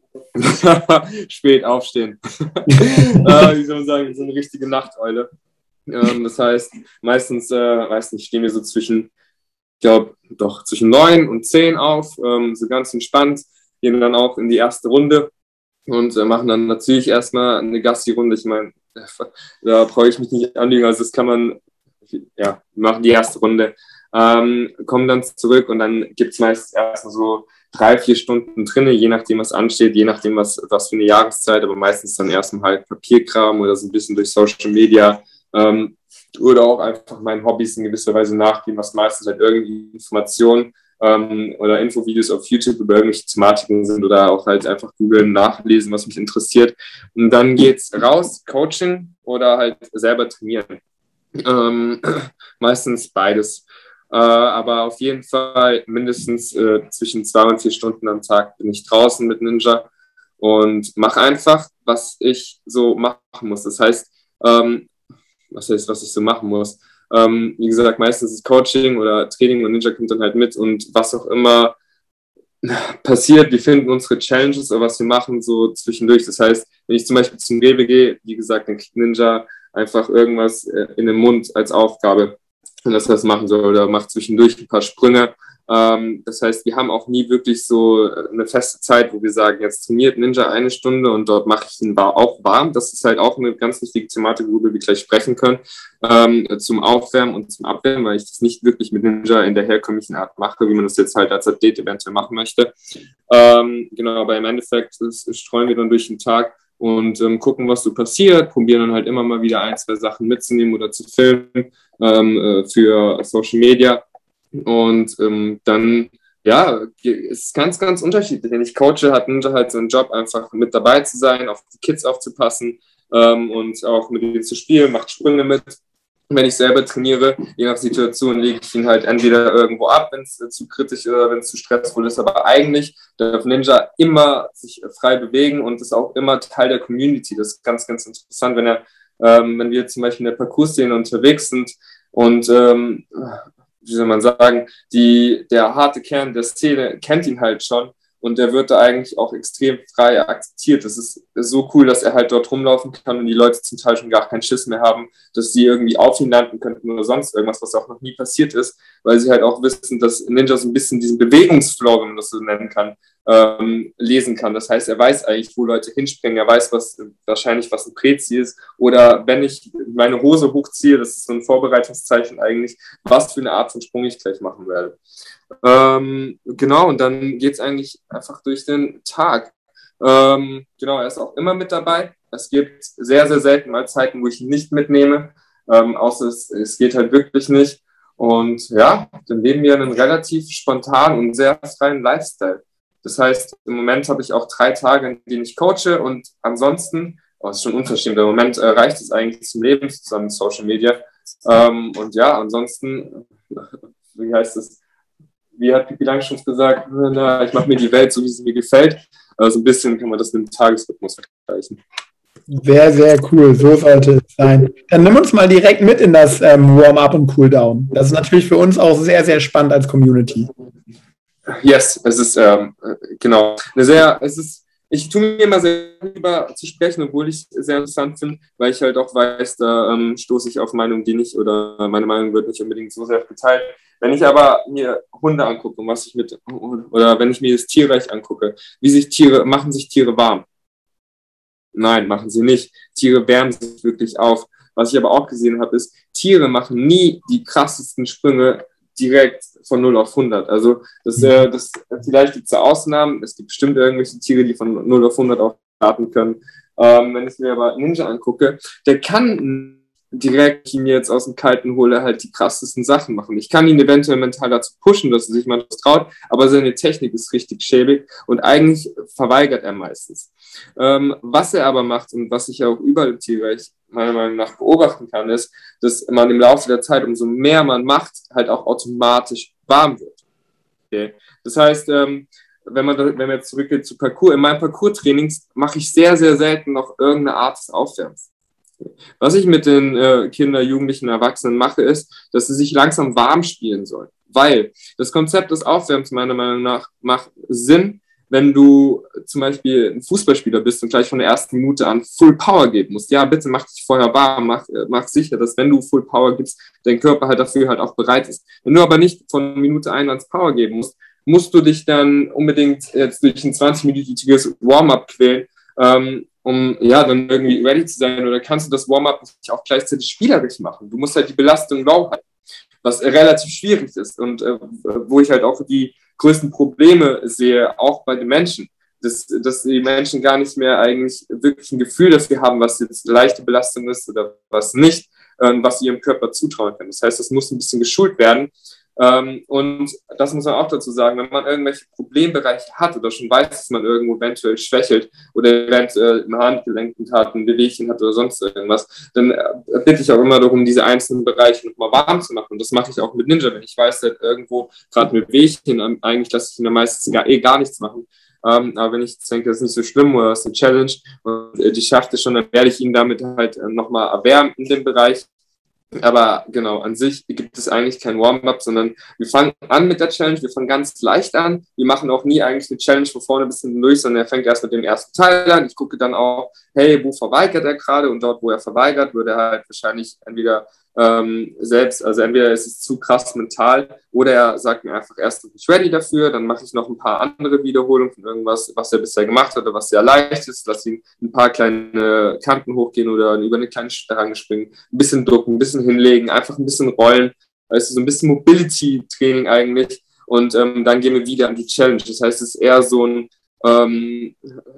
Spät aufstehen. äh, wie soll man sagen, so eine richtige Nachteule. Ähm, das heißt, meistens, äh, weiß nicht, stehen wir so zwischen, ich glaube, doch zwischen neun und zehn auf, ähm, so ganz entspannt, gehen dann auch in die erste Runde und äh, machen dann natürlich erstmal eine Gassi-Runde. Ich meine, da brauche ich mich nicht anlügen, also das kann man, ja, wir machen die erste Runde, ähm, kommen dann zurück und dann gibt es meistens erstmal so drei, vier Stunden drinne, je nachdem, was ansteht, je nachdem, was, was für eine Jahreszeit, aber meistens dann erstmal halt Papierkram oder so ein bisschen durch Social Media ähm, oder auch einfach meinen Hobbys in gewisser Weise nachgehen, was meistens halt irgendwie Informationen ähm, oder Infovideos auf YouTube über irgendwelche Thematiken sind oder auch halt einfach googeln, nachlesen, was mich interessiert. Und dann geht's raus, Coaching oder halt selber trainieren. Ähm, meistens beides. Äh, aber auf jeden Fall mindestens äh, zwischen zwei und vier Stunden am Tag bin ich draußen mit Ninja und mache einfach, was ich so machen muss. Das heißt, ähm, was heißt, was ich so machen muss? Ähm, wie gesagt, meistens ist Coaching oder Training und Ninja kommt dann halt mit und was auch immer passiert, wir finden unsere Challenges oder was wir machen so zwischendurch. Das heißt, wenn ich zum Beispiel zum Rewe gehe, wie gesagt, dann kriegt Ninja einfach irgendwas in den Mund als Aufgabe und dass er das machen soll oder macht zwischendurch ein paar Sprünge. Ähm, das heißt, wir haben auch nie wirklich so eine feste Zeit, wo wir sagen, jetzt trainiert Ninja eine Stunde und dort mache ich ihn auch warm. Das ist halt auch eine ganz wichtige Thematik, worüber wir gleich sprechen können, ähm, zum Aufwärmen und zum Abwärmen, weil ich das nicht wirklich mit Ninja in der herkömmlichen Art mache, wie man das jetzt halt als Athlet eventuell machen möchte. Ähm, genau, aber im Endeffekt ist, streuen wir dann durch den Tag und ähm, gucken, was so passiert, probieren dann halt immer mal wieder ein, zwei Sachen mitzunehmen oder zu filmen ähm, äh, für Social Media. Und ähm, dann, ja, ist ganz, ganz unterschiedlich. Wenn ich coache, hat Ninja halt so einen Job, einfach mit dabei zu sein, auf die Kids aufzupassen ähm, und auch mit ihnen zu spielen, macht Sprünge mit. Und wenn ich selber trainiere, je nach Situation, lege ich ihn halt entweder irgendwo ab, wenn es äh, zu kritisch oder wenn es zu stressvoll ist. Aber eigentlich darf Ninja immer sich äh, frei bewegen und ist auch immer Teil der Community. Das ist ganz, ganz interessant, wenn er, ähm, wenn wir zum Beispiel in der Parcours-Szene unterwegs sind und ähm, wie soll man sagen, die, der harte Kern der Szene kennt ihn halt schon und der wird da eigentlich auch extrem frei akzeptiert. Das ist so cool, dass er halt dort rumlaufen kann und die Leute zum Teil schon gar keinen Schiss mehr haben, dass sie irgendwie auf ihn landen könnten oder sonst irgendwas, was auch noch nie passiert ist, weil sie halt auch wissen, dass Ninja so ein bisschen diesen Bewegungsflow, wenn man das so nennen kann, ähm, lesen kann. Das heißt, er weiß eigentlich, wo Leute hinspringen, er weiß, was wahrscheinlich was ein Prezi ist oder wenn ich meine Hose hochziehe, das ist so ein Vorbereitungszeichen eigentlich, was für eine Art von Sprung ich gleich machen werde. Ähm, genau, und dann geht es eigentlich einfach durch den Tag. Ähm, genau, er ist auch immer mit dabei. Es gibt sehr, sehr selten mal Zeiten, wo ich ihn nicht mitnehme, ähm, außer es, es geht halt wirklich nicht. Und ja, dann leben wir einen relativ spontanen und sehr freien Lifestyle. Das heißt, im Moment habe ich auch drei Tage, in denen ich coache und ansonsten, oh, das ist schon unverschämt, im Moment äh, reicht es eigentlich zum Leben zusammen mit Social Media. Ähm, und ja, ansonsten, wie heißt es, wie hat Pippi Langstrumpf gesagt, na, ich mache mir die Welt so, wie sie mir gefällt. Also ein bisschen kann man das mit dem Tagesrhythmus vergleichen. Sehr, sehr cool, so sollte es sein. Dann nimm uns mal direkt mit in das ähm, Warm-up und Cooldown. Das ist natürlich für uns auch sehr, sehr spannend als Community. Yes, es ist, ähm, genau, eine sehr, es ist, ich tue mir immer sehr lieber zu sprechen, obwohl ich es sehr interessant finde, weil ich halt auch weiß, da ähm, stoße ich auf Meinungen, die nicht, oder meine Meinung wird nicht unbedingt so sehr geteilt. Wenn ich aber mir Hunde angucke und was ich mit, oder wenn ich mir das Tierreich angucke, wie sich Tiere, machen sich Tiere warm? Nein, machen sie nicht. Tiere wärmen sich wirklich auf. Was ich aber auch gesehen habe, ist, Tiere machen nie die krassesten Sprünge direkt von null auf hundert. Also das, äh, das vielleicht gibt es da Ausnahmen. Es gibt bestimmt irgendwelche Tiere, die von null auf hundert auch starten können. Ähm, wenn ich mir aber Ninja angucke, der kann direkt, wenn ich ihn jetzt aus dem Kalten hole, halt die krassesten Sachen machen. Ich kann ihn eventuell mental dazu pushen, dass er sich mal was traut, aber seine Technik ist richtig schäbig und eigentlich verweigert er meistens. Ähm, was er aber macht und was ich auch überall im Tierreich meiner Meinung nach beobachten kann, ist, dass man im Laufe der Zeit, umso mehr man macht, halt auch automatisch warm wird. Okay. Das heißt, ähm, wenn man, da, wenn man jetzt zurückgeht zu Parkour, in meinen Parkour-Trainings mache ich sehr, sehr selten noch irgendeine Art des Aufwärms. Was ich mit den äh, Kindern, Jugendlichen, Erwachsenen mache, ist, dass sie sich langsam warm spielen sollen. Weil das Konzept des Aufwärms meiner Meinung nach macht Sinn, wenn du zum Beispiel ein Fußballspieler bist und gleich von der ersten Minute an Full Power geben musst. Ja, bitte mach dich vorher warm, mach, mach sicher, dass wenn du Full Power gibst, dein Körper halt dafür halt auch bereit ist. Wenn du aber nicht von Minute eins ans Power geben musst, musst du dich dann unbedingt jetzt durch ein zwanzig-minütiges Warm-up quälen, ähm, um ja dann irgendwie ready zu sein, oder kannst du das Warm-up nicht auch gleichzeitig spielerisch machen? Du musst halt die Belastung low halten, was relativ schwierig ist und äh, wo ich halt auch die größten Probleme sehe, auch bei den Menschen, dass, dass die Menschen gar nicht mehr eigentlich wirklich ein Gefühl dafür haben, was jetzt leichte Belastung ist oder was nicht, äh, was sie ihrem Körper zutrauen können. Das heißt, das muss ein bisschen geschult werden. Ähm, und das muss man auch dazu sagen, wenn man irgendwelche Problembereiche hat oder schon weiß, dass man irgendwo eventuell schwächelt oder eventuell ein Handgelenk hat, ein Bewegchen hat oder sonst irgendwas, dann äh, bitte ich auch immer darum, diese einzelnen Bereiche nochmal warm zu machen. Und das mache ich auch mit Ninja, wenn ich weiß, dass irgendwo gerade mit Wehchen, eigentlich lasse ich ihn meistens gar, eh gar nichts machen. Ähm, aber wenn ich denke, das ist nicht so schlimm oder das ist eine Challenge und äh, die schafft es schon, dann werde ich ihn damit halt äh, nochmal erwärmen in dem Bereich. Aber genau, an sich gibt es eigentlich kein Warm-up, sondern wir fangen an mit der Challenge, wir fangen ganz leicht an. Wir machen auch nie eigentlich eine Challenge von vorne bis hinten durch, sondern er fängt erst mit dem ersten Teil an. Ich gucke dann auch, hey, wo verweigert er gerade? Und dort, wo er verweigert, würde er halt wahrscheinlich entweder ähm, selbst, also entweder ist es zu krass mental oder er sagt mir einfach erst, ich bin ready dafür, dann mache ich noch ein paar andere Wiederholungen von irgendwas, was er bisher gemacht hat oder was sehr leicht ist, lass ihn ein paar kleine Kanten hochgehen oder über eine kleine Stange springen, ein bisschen drucken, ein bisschen hinlegen, einfach ein bisschen rollen, also so ein bisschen Mobility-Training eigentlich und ähm, dann gehen wir wieder an die Challenge. Das heißt, es ist eher so ein ähm,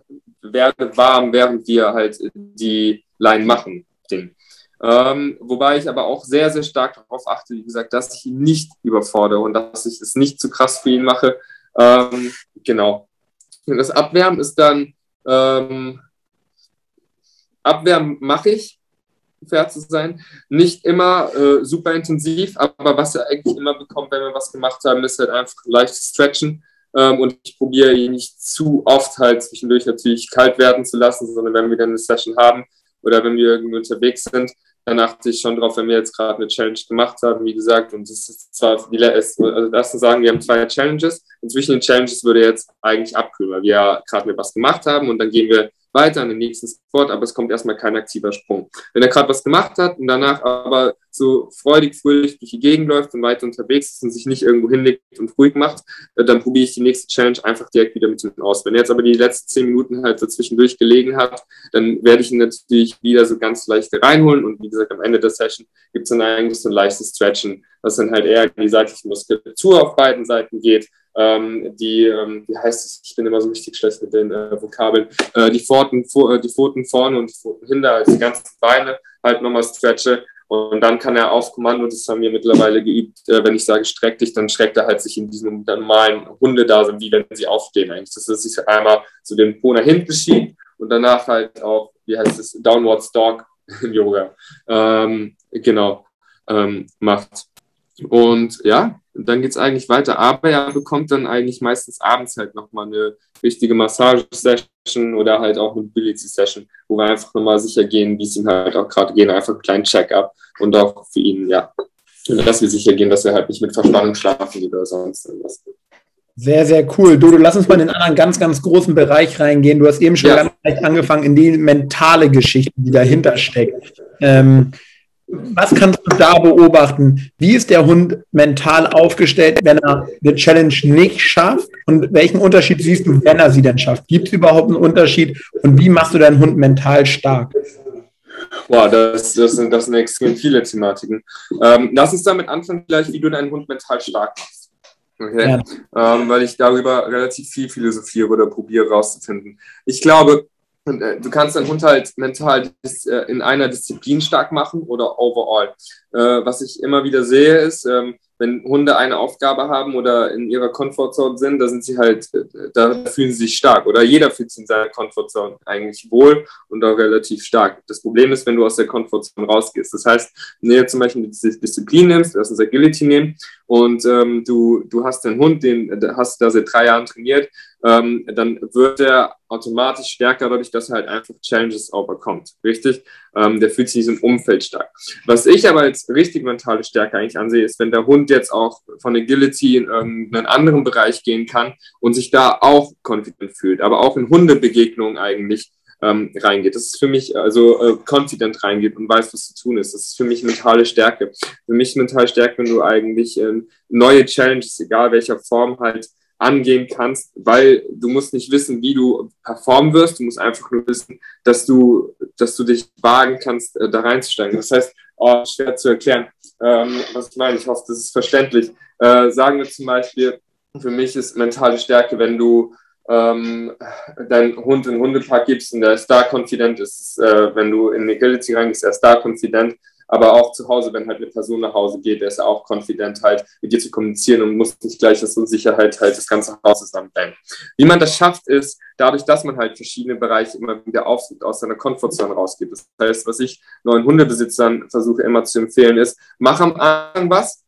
werde warm, während wir halt die Line machen, Ding. Ähm, wobei ich aber auch sehr, sehr stark darauf achte, wie gesagt, dass ich ihn nicht überfordere und dass ich es nicht zu krass für ihn mache. Ähm, genau. Und das Abwärmen ist dann, ähm, Abwärmen mache ich, um fair zu sein, nicht immer äh, super intensiv, aber was er eigentlich immer bekommt, wenn wir was gemacht haben, ist halt einfach leichtes Stretchen. Ähm, und ich probiere ihn nicht zu oft halt zwischendurch natürlich kalt werden zu lassen, sondern wenn wir dann eine Session haben, oder wenn wir irgendwie unterwegs sind, dann achte ich schon drauf, wenn wir jetzt gerade eine Challenge gemacht haben, wie gesagt, und das ist zwar die also erstens sagen, wir haben zwei Challenges und zwischen den Challenges würde jetzt eigentlich abkühlen, weil wir ja gerade was gemacht haben und dann gehen wir weiter an den nächsten Spot, aber es kommt erstmal kein aktiver Sprung. Wenn er gerade was gemacht hat und danach aber so freudig, fröhlich durch die Gegend läuft und weiter unterwegs ist und sich nicht irgendwo hinlegt und ruhig macht, dann probiere ich die nächste Challenge einfach direkt wieder mit hinten aus. Wenn er jetzt aber die letzten zehn Minuten halt so zwischendurch gelegen hat, dann werde ich ihn natürlich wieder so ganz leicht reinholen und wie gesagt, am Ende der Session gibt es dann eigentlich so ein leichtes Stretchen, was dann halt eher in die seitliche Muskulatur auf beiden Seiten geht. Ähm, die, ähm, wie heißt es, ich bin immer so richtig schlecht mit den äh, Vokabeln, äh, die, Pfoten, vor, die Pfoten vorne und die Pfoten hinter, also die ganzen Beine halt nochmal stretche und dann kann er auf Kommando, das haben wir mittlerweile geübt, äh, wenn ich sage streck dich, dann schreckt er halt sich in diesem normalen Hunde da, wie wenn sie aufstehen eigentlich, das ist, sich einmal so den Po nach hinten schiebt und danach halt auch, wie heißt es, Downward Dog im Yoga, ähm, genau, ähm, macht. Und ja, dann geht's eigentlich weiter. Aber er bekommt dann eigentlich meistens abends halt nochmal eine richtige Massage-Session oder halt auch eine Mobility-Session, wo wir einfach nochmal sicher gehen, wie es ihm halt auch gerade geht, einfach einen kleinen Check-up und auch für ihn, ja, dass wir sicher gehen, dass er halt nicht mit Verspannung schlafen geht oder sonst irgendwas. Sehr, sehr cool. Dodo, lass uns mal in einen anderen ganz, ganz großen Bereich reingehen. Du hast eben schon ja. ganz leicht angefangen in die mentale Geschichte, die dahinter steckt. Ähm, was kannst du da beobachten? Wie ist der Hund mental aufgestellt, wenn er eine Challenge nicht schafft? Und welchen Unterschied siehst du, wenn er sie denn schafft? Gibt es überhaupt einen Unterschied? Und wie machst du deinen Hund mental stark? Boah, das, das, sind, das sind extrem viele Thematiken. Ähm, lass uns damit anfangen, gleich, wie du deinen Hund mental stark machst. Okay? Ja. Ähm, weil ich darüber relativ viel philosophiere oder probiere rauszufinden. Ich glaube, du kannst deinen Hund halt mental in einer Disziplin stark machen oder overall. Was ich immer wieder sehe, ist, wenn Hunde eine Aufgabe haben oder in ihrer Comfortzone sind, da sind sie halt, da fühlen sie sich stark. Oder jeder fühlt sich in seiner Comfortzone eigentlich wohl und auch relativ stark. Das Problem ist, wenn du aus der Comfortzone rausgehst. Das heißt, wenn du jetzt zum Beispiel eine Disziplin nimmst, lass uns Agility nehmen, und ähm, du, du hast einen Hund, den hast du da seit drei Jahren trainiert, ähm, dann wird er automatisch stärker dadurch, dass er halt einfach Challenges overkommt. Richtig? Ähm, der fühlt sich in diesem Umfeld stark. Was ich aber als richtig mentale Stärke eigentlich ansehe, ist, wenn der Hund jetzt auch von Agility in irgendeinen anderen Bereich gehen kann und sich da auch confident fühlt, aber auch in Hundebegegnungen eigentlich Ähm, reingeht. Das ist für mich, also äh, confident reingeht und weiß, was zu tun ist. Das ist für mich mentale Stärke. Für mich mentale Stärke, wenn du eigentlich äh, neue Challenges, egal welcher Form, halt angehen kannst, weil du musst nicht wissen, wie du performen wirst. Du musst einfach nur wissen, dass du, dass du dich wagen kannst, äh, da reinzusteigen. Das heißt, oh, schwer zu erklären, ähm, was ich meine. Ich hoffe, das ist verständlich. Äh, sagen wir zum Beispiel, für mich ist mentale Stärke, wenn du Ähm, deinen Hund in den Hundepark gibst und der ist da confident, ist, äh, wenn du in Agility reingehst, er ist da confident, aber auch zu Hause, wenn halt eine Person nach Hause geht, der ist auch confident, halt mit dir zu kommunizieren und muss nicht gleich aus Unsicherheit halt das ganze Haus zusammenbleiben. Wie man das schafft, ist dadurch, dass man halt verschiedene Bereiche immer wieder aufsucht, aus seiner Komfortzone rausgeht. Das heißt, was ich neuen Hundebesitzern versuche immer zu empfehlen, ist, mach am Anfang was,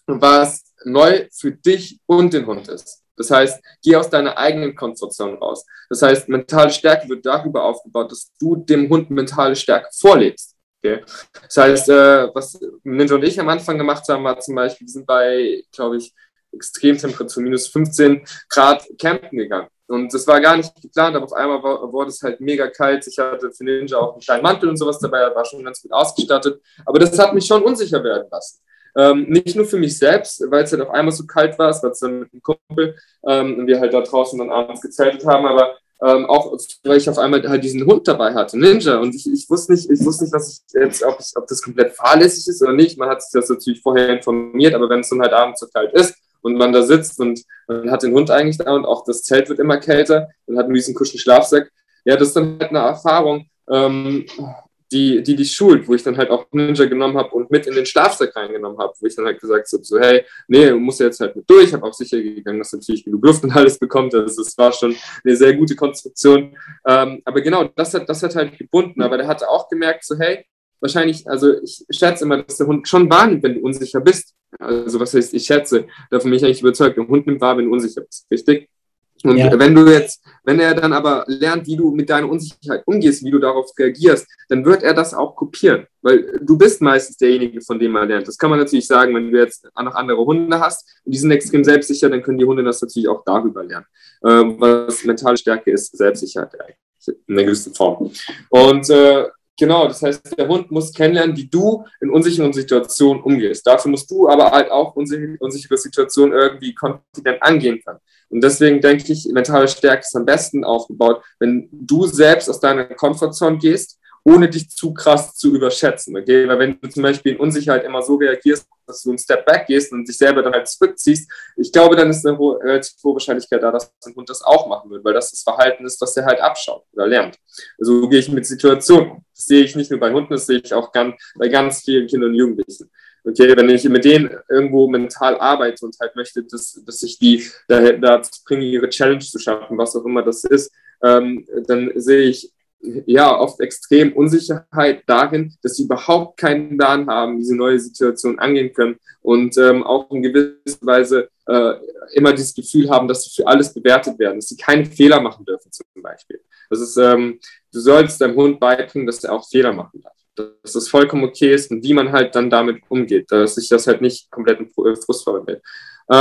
was neu für dich und den Hund ist. Das heißt, geh aus deiner eigenen Komfortzone raus. Das heißt, mentale Stärke wird darüber aufgebaut, dass du dem Hund mentale Stärke vorlebst. Okay? Das heißt, äh, was Ninja und ich am Anfang gemacht haben, war zum Beispiel, wir sind bei, glaube ich, Extremtemperatur, minus fünfzehn Grad campen gegangen. Und das war gar nicht geplant, aber auf einmal war, wurde es halt mega kalt. Ich hatte für Ninja auch einen kleinen Mantel und sowas dabei, er war schon ganz gut ausgestattet. Aber das hat mich schon unsicher werden lassen. Ähm, nicht nur für mich selbst, weil es halt auf einmal so kalt war, es war dann mit einem Kumpel ähm, und wir halt da draußen dann abends gezeltet haben, aber ähm, auch, weil ich auf einmal halt diesen Hund dabei hatte, Ninja, und ich, ich wusste nicht, ich wusste nicht, was ich jetzt, ob, ich, ob das komplett fahrlässig ist oder nicht. Man hat sich das natürlich vorher informiert, aber wenn es dann halt abends so kalt ist und man da sitzt und man hat den Hund eigentlich da und auch das Zelt wird immer kälter und hat einen riesen Kuschelschlafsack, ja, das ist dann halt eine Erfahrung, ähm, die, die dich schult, wo ich dann halt auch Ninja genommen habe und mit in den Schlafsack reingenommen habe, wo ich dann halt gesagt habe, so, hey, nee, du musst ja jetzt halt mit durch. Ich habe auch sicher gegangen, dass natürlich genug Luft und alles bekommt. Also es war schon eine sehr gute Konstruktion. Ähm, aber genau, das hat, das hat halt gebunden. Aber der hat auch gemerkt, so, hey, wahrscheinlich, also ich schätze immer, dass der Hund schon wahrnimmt, wenn du unsicher bist. Also was heißt, ich schätze, davon bin ich eigentlich überzeugt, der Hund nimmt wahr, wenn du unsicher bist, richtig? Und ja. wenn du jetzt, wenn er dann aber lernt, wie du mit deiner Unsicherheit umgehst, wie du darauf reagierst, dann wird er das auch kopieren, weil du bist meistens derjenige, von dem er lernt. Das kann man natürlich sagen, wenn du jetzt noch andere Hunde hast und die sind extrem selbstsicher, dann können die Hunde das natürlich auch darüber lernen. Ähm, was mentale Stärke ist, Selbstsicherheit eigentlich, in einer gewissen Form. Und äh, genau, das heißt, der Hund muss kennenlernen, wie du in unsicheren Situationen umgehst. Dafür musst du aber halt auch unsichere, unsichere Situationen irgendwie konfident angehen können. Und deswegen denke ich, mentale Stärke ist am besten aufgebaut, wenn du selbst aus deiner Komfortzone gehst, ohne dich zu krass zu überschätzen. Okay? Weil wenn du zum Beispiel in Unsicherheit immer so reagierst, dass du einen Step back gehst und dich selber dann halt zurückziehst, ich glaube, dann ist eine hohe, relativ hohe Wahrscheinlichkeit da, dass ein Hund das auch machen wird, weil das das Verhalten ist, das er halt abschaut oder lernt. Also so gehe ich mit Situationen. Das sehe ich nicht nur bei Hunden, das sehe ich auch ganz, bei ganz vielen Kindern und Jugendlichen. Okay, wenn ich mit denen irgendwo mental arbeite und halt möchte, dass, dass ich die dazu bringe, ihre Challenge zu schaffen, was auch immer das ist, ähm, dann sehe ich ja oft extrem Unsicherheit darin, dass sie überhaupt keinen Plan haben, diese neue Situation angehen können und ähm, auch in gewisser Weise äh, immer dieses Gefühl haben, dass sie für alles bewertet werden, dass sie keine Fehler machen dürfen zum Beispiel. Das ist, ähm, du sollst deinem Hund beibringen, dass er auch Fehler machen darf. Dass das vollkommen okay ist und wie man halt dann damit umgeht, dass sich das halt nicht komplett in Frust verwandelt. Ähm,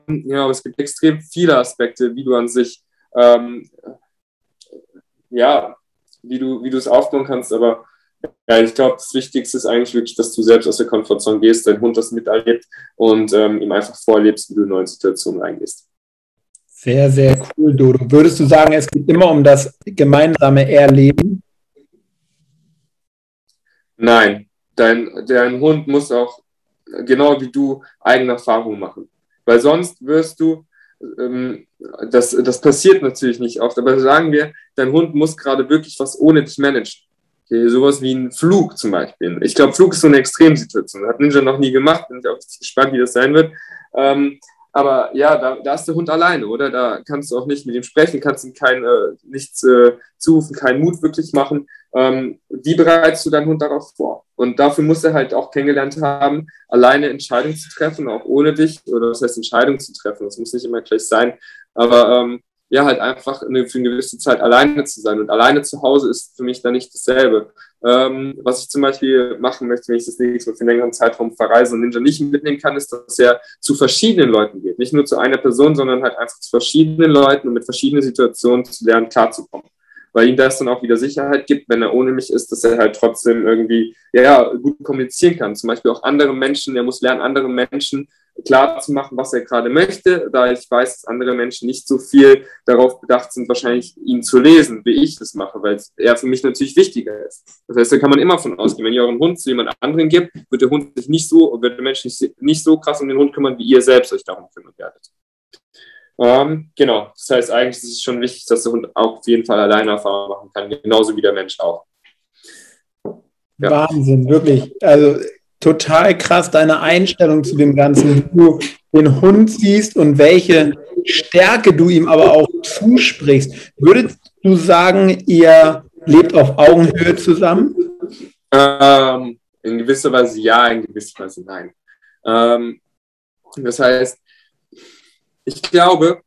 ja, aber es gibt extrem viele Aspekte, wie du an sich, ähm, ja, wie du, wie du es aufbauen kannst, aber ja, ich glaube, das Wichtigste ist eigentlich wirklich, dass du selbst aus der Komfortzone gehst, dein Hund das miterlebt und ähm, ihm einfach vorlebst, wie du in neue Situationen reingehst. Sehr, sehr cool, Dodo. Würdest du sagen, es geht immer um das gemeinsame Erleben? Nein, dein, dein Hund muss auch, genau wie du, eigene Erfahrungen machen. Weil sonst wirst du, ähm, das, das passiert natürlich nicht oft, aber sagen wir, dein Hund muss gerade wirklich was ohne dich managen. Okay, sowas wie ein Flug zum Beispiel. Ich glaube, Flug ist so eine Extremsituation. Hat Ninja noch nie gemacht, bin ich auch gespannt, wie das sein wird. Ähm, aber ja, da, da ist der Hund alleine, oder? Da kannst du auch nicht mit ihm sprechen, kannst ihm kein, äh, nichts äh, zurufen, keinen Mut wirklich machen. Ähm, wie bereitest du deinen Hund darauf vor? Und dafür muss er halt auch kennengelernt haben, alleine Entscheidungen zu treffen, auch ohne dich, oder das heißt Entscheidungen zu treffen, das muss nicht immer gleich sein, aber ähm, ja, halt einfach eine, für eine gewisse Zeit alleine zu sein. Und alleine zu Hause ist für mich dann nicht dasselbe. Ähm, was ich zum Beispiel machen möchte, wenn ich das nächste Mal für einen längeren Zeitraum verreise und Ninja nicht mitnehmen kann, ist, dass er zu verschiedenen Leuten geht. Nicht nur zu einer Person, sondern halt einfach zu verschiedenen Leuten und mit verschiedenen Situationen zu lernen, klarzukommen. Weil ihm das dann auch wieder Sicherheit gibt, wenn er ohne mich ist, dass er halt trotzdem irgendwie ja, gut kommunizieren kann. Zum Beispiel auch andere Menschen, er muss lernen, andere Menschen klar zu machen, was er gerade möchte, da ich weiß, dass andere Menschen nicht so viel darauf bedacht sind, wahrscheinlich ihn zu lesen, wie ich das mache, weil er für mich natürlich wichtiger ist. Das heißt, da kann man immer von ausgehen, wenn ihr euren Hund zu jemand anderen gibt, wird der Hund sich nicht so, wird der Mensch nicht, nicht so krass um den Hund kümmern, wie ihr selbst euch darum kümmern werdet. Ähm, genau, das heißt, eigentlich ist es schon wichtig, dass der Hund auch auf jeden Fall alleine Erfahrung machen kann, genauso wie der Mensch auch. Ja. Wahnsinn, wirklich. Also total krass, deine Einstellung zu dem Ganzen, wie du den Hund siehst und welche Stärke du ihm aber auch zusprichst. Würdest du sagen, ihr lebt auf Augenhöhe zusammen? Ähm, in gewisser Weise ja, in gewisser Weise nein. Ähm, das heißt, ich glaube,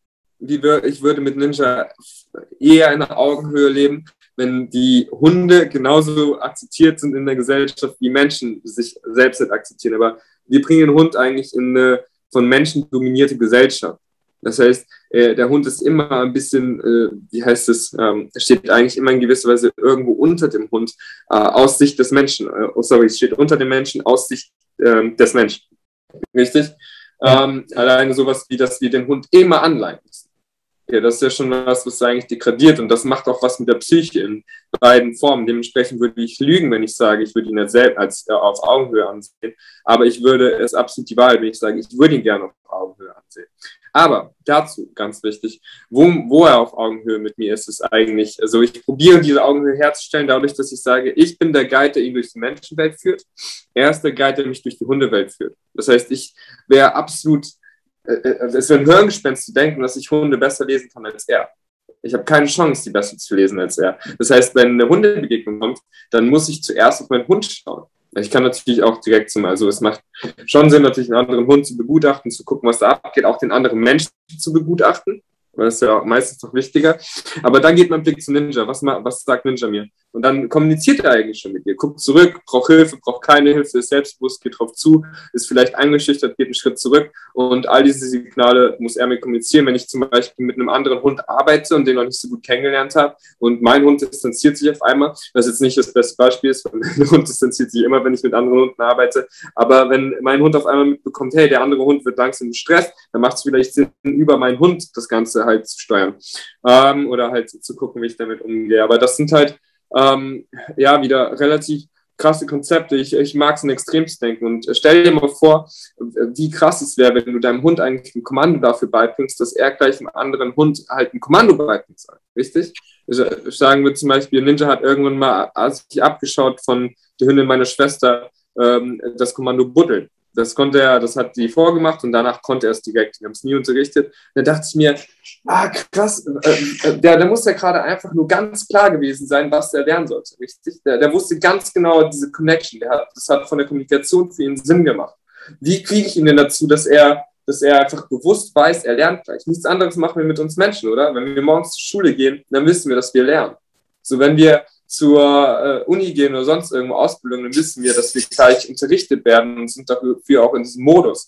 ich würde mit Ninja eher in der Augenhöhe leben, wenn die Hunde genauso akzeptiert sind in der Gesellschaft, wie Menschen sich selbst nicht akzeptieren. Aber wir bringen den Hund eigentlich in eine von Menschen dominierte Gesellschaft. Das heißt, der Hund ist immer ein bisschen, wie heißt es, steht eigentlich immer in gewisser Weise irgendwo unter dem Hund, aus Sicht des Menschen. Oh, sorry, es steht unter dem Menschen, aus Sicht des Menschen. Richtig? Ja. Ähm, alleine sowas wie, dass wir den Hund immer anleihen müssen. Ja, das ist ja schon was, was eigentlich degradiert und das macht auch was mit der Psyche in beiden Formen. Dementsprechend würde ich lügen, wenn ich sage, ich würde ihn nicht selbst als, äh, auf Augenhöhe ansehen, aber ich würde es absolut die Wahrheit, wenn ich sage, ich würde ihn gerne auf Augenhöhe ansehen. Aber dazu, ganz wichtig, wo, wo er auf Augenhöhe mit mir ist, ist eigentlich, also ich probiere diese Augenhöhe herzustellen, dadurch, dass ich sage, ich bin der Guide, der ihn durch die Menschenwelt führt, er ist der Guide, der mich durch die Hundewelt führt. Das heißt, ich wäre absolut, äh, es wäre ein Hirngespinst zu denken, dass ich Hunde besser lesen kann als er. Ich habe keine Chance, die besser zu lesen als er. Das heißt, wenn eine Hundebegegnung kommt, dann muss ich zuerst auf meinen Hund schauen. Ich kann natürlich auch direkt zum, also es macht schon Sinn, natürlich einen anderen Hund zu begutachten, zu gucken, was da abgeht, auch den anderen Menschen zu begutachten, weil das ist ja meistens noch wichtiger. Aber dann geht mein Blick zu Ninja. Was, was sagt Ninja mir? Und dann kommuniziert er eigentlich schon mit dir. Guckt zurück, braucht Hilfe, braucht keine Hilfe, ist selbstbewusst, geht drauf zu, ist vielleicht eingeschüchtert, geht einen Schritt zurück. Und all diese Signale muss er mir kommunizieren. Wenn ich zum Beispiel mit einem anderen Hund arbeite und den noch nicht so gut kennengelernt habe und mein Hund distanziert sich auf einmal, was jetzt nicht das beste Beispiel ist, weil mein Hund distanziert sich immer, wenn ich mit anderen Hunden arbeite. Aber wenn mein Hund auf einmal mitbekommt, hey, der andere Hund wird langsam gestresst, dann macht es vielleicht Sinn, über meinen Hund das Ganze halt zu steuern. Ähm, oder halt zu gucken, wie ich damit umgehe. Aber das sind halt Ähm, ja, wieder relativ krasse Konzepte. Ich, ich mag es in Extrems denken und stell dir mal vor, wie krass es wäre, wenn du deinem Hund eigentlich ein Kommando dafür beibringst, dass er gleich einem anderen Hund halt ein Kommando beibringt. Richtig? Ich, ich sagen würde zum Beispiel, Ninja hat irgendwann mal sich abgeschaut von der Hündin meiner Schwester ähm, das Kommando buddeln. Das konnte er, das hat die vorgemacht und danach konnte er es direkt. Wir haben es nie unterrichtet. Da dachte ich mir, ah krass, äh, der, der muss ja gerade einfach nur ganz klar gewesen sein, was er lernen sollte, richtig? Der, der wusste ganz genau diese Connection. Der hat, das hat von der Kommunikation für ihn Sinn gemacht. Wie kriege ich ihn denn dazu, dass er, dass er einfach bewusst weiß, er lernt gleich? Nichts anderes machen wir mit uns Menschen, oder? Wenn wir morgens zur Schule gehen, dann wissen wir, dass wir lernen. So, wenn wir zur äh, Uni gehen oder sonst irgendwo Ausbildung, dann wissen wir, dass wir gleich unterrichtet werden und sind dafür auch in diesem Modus.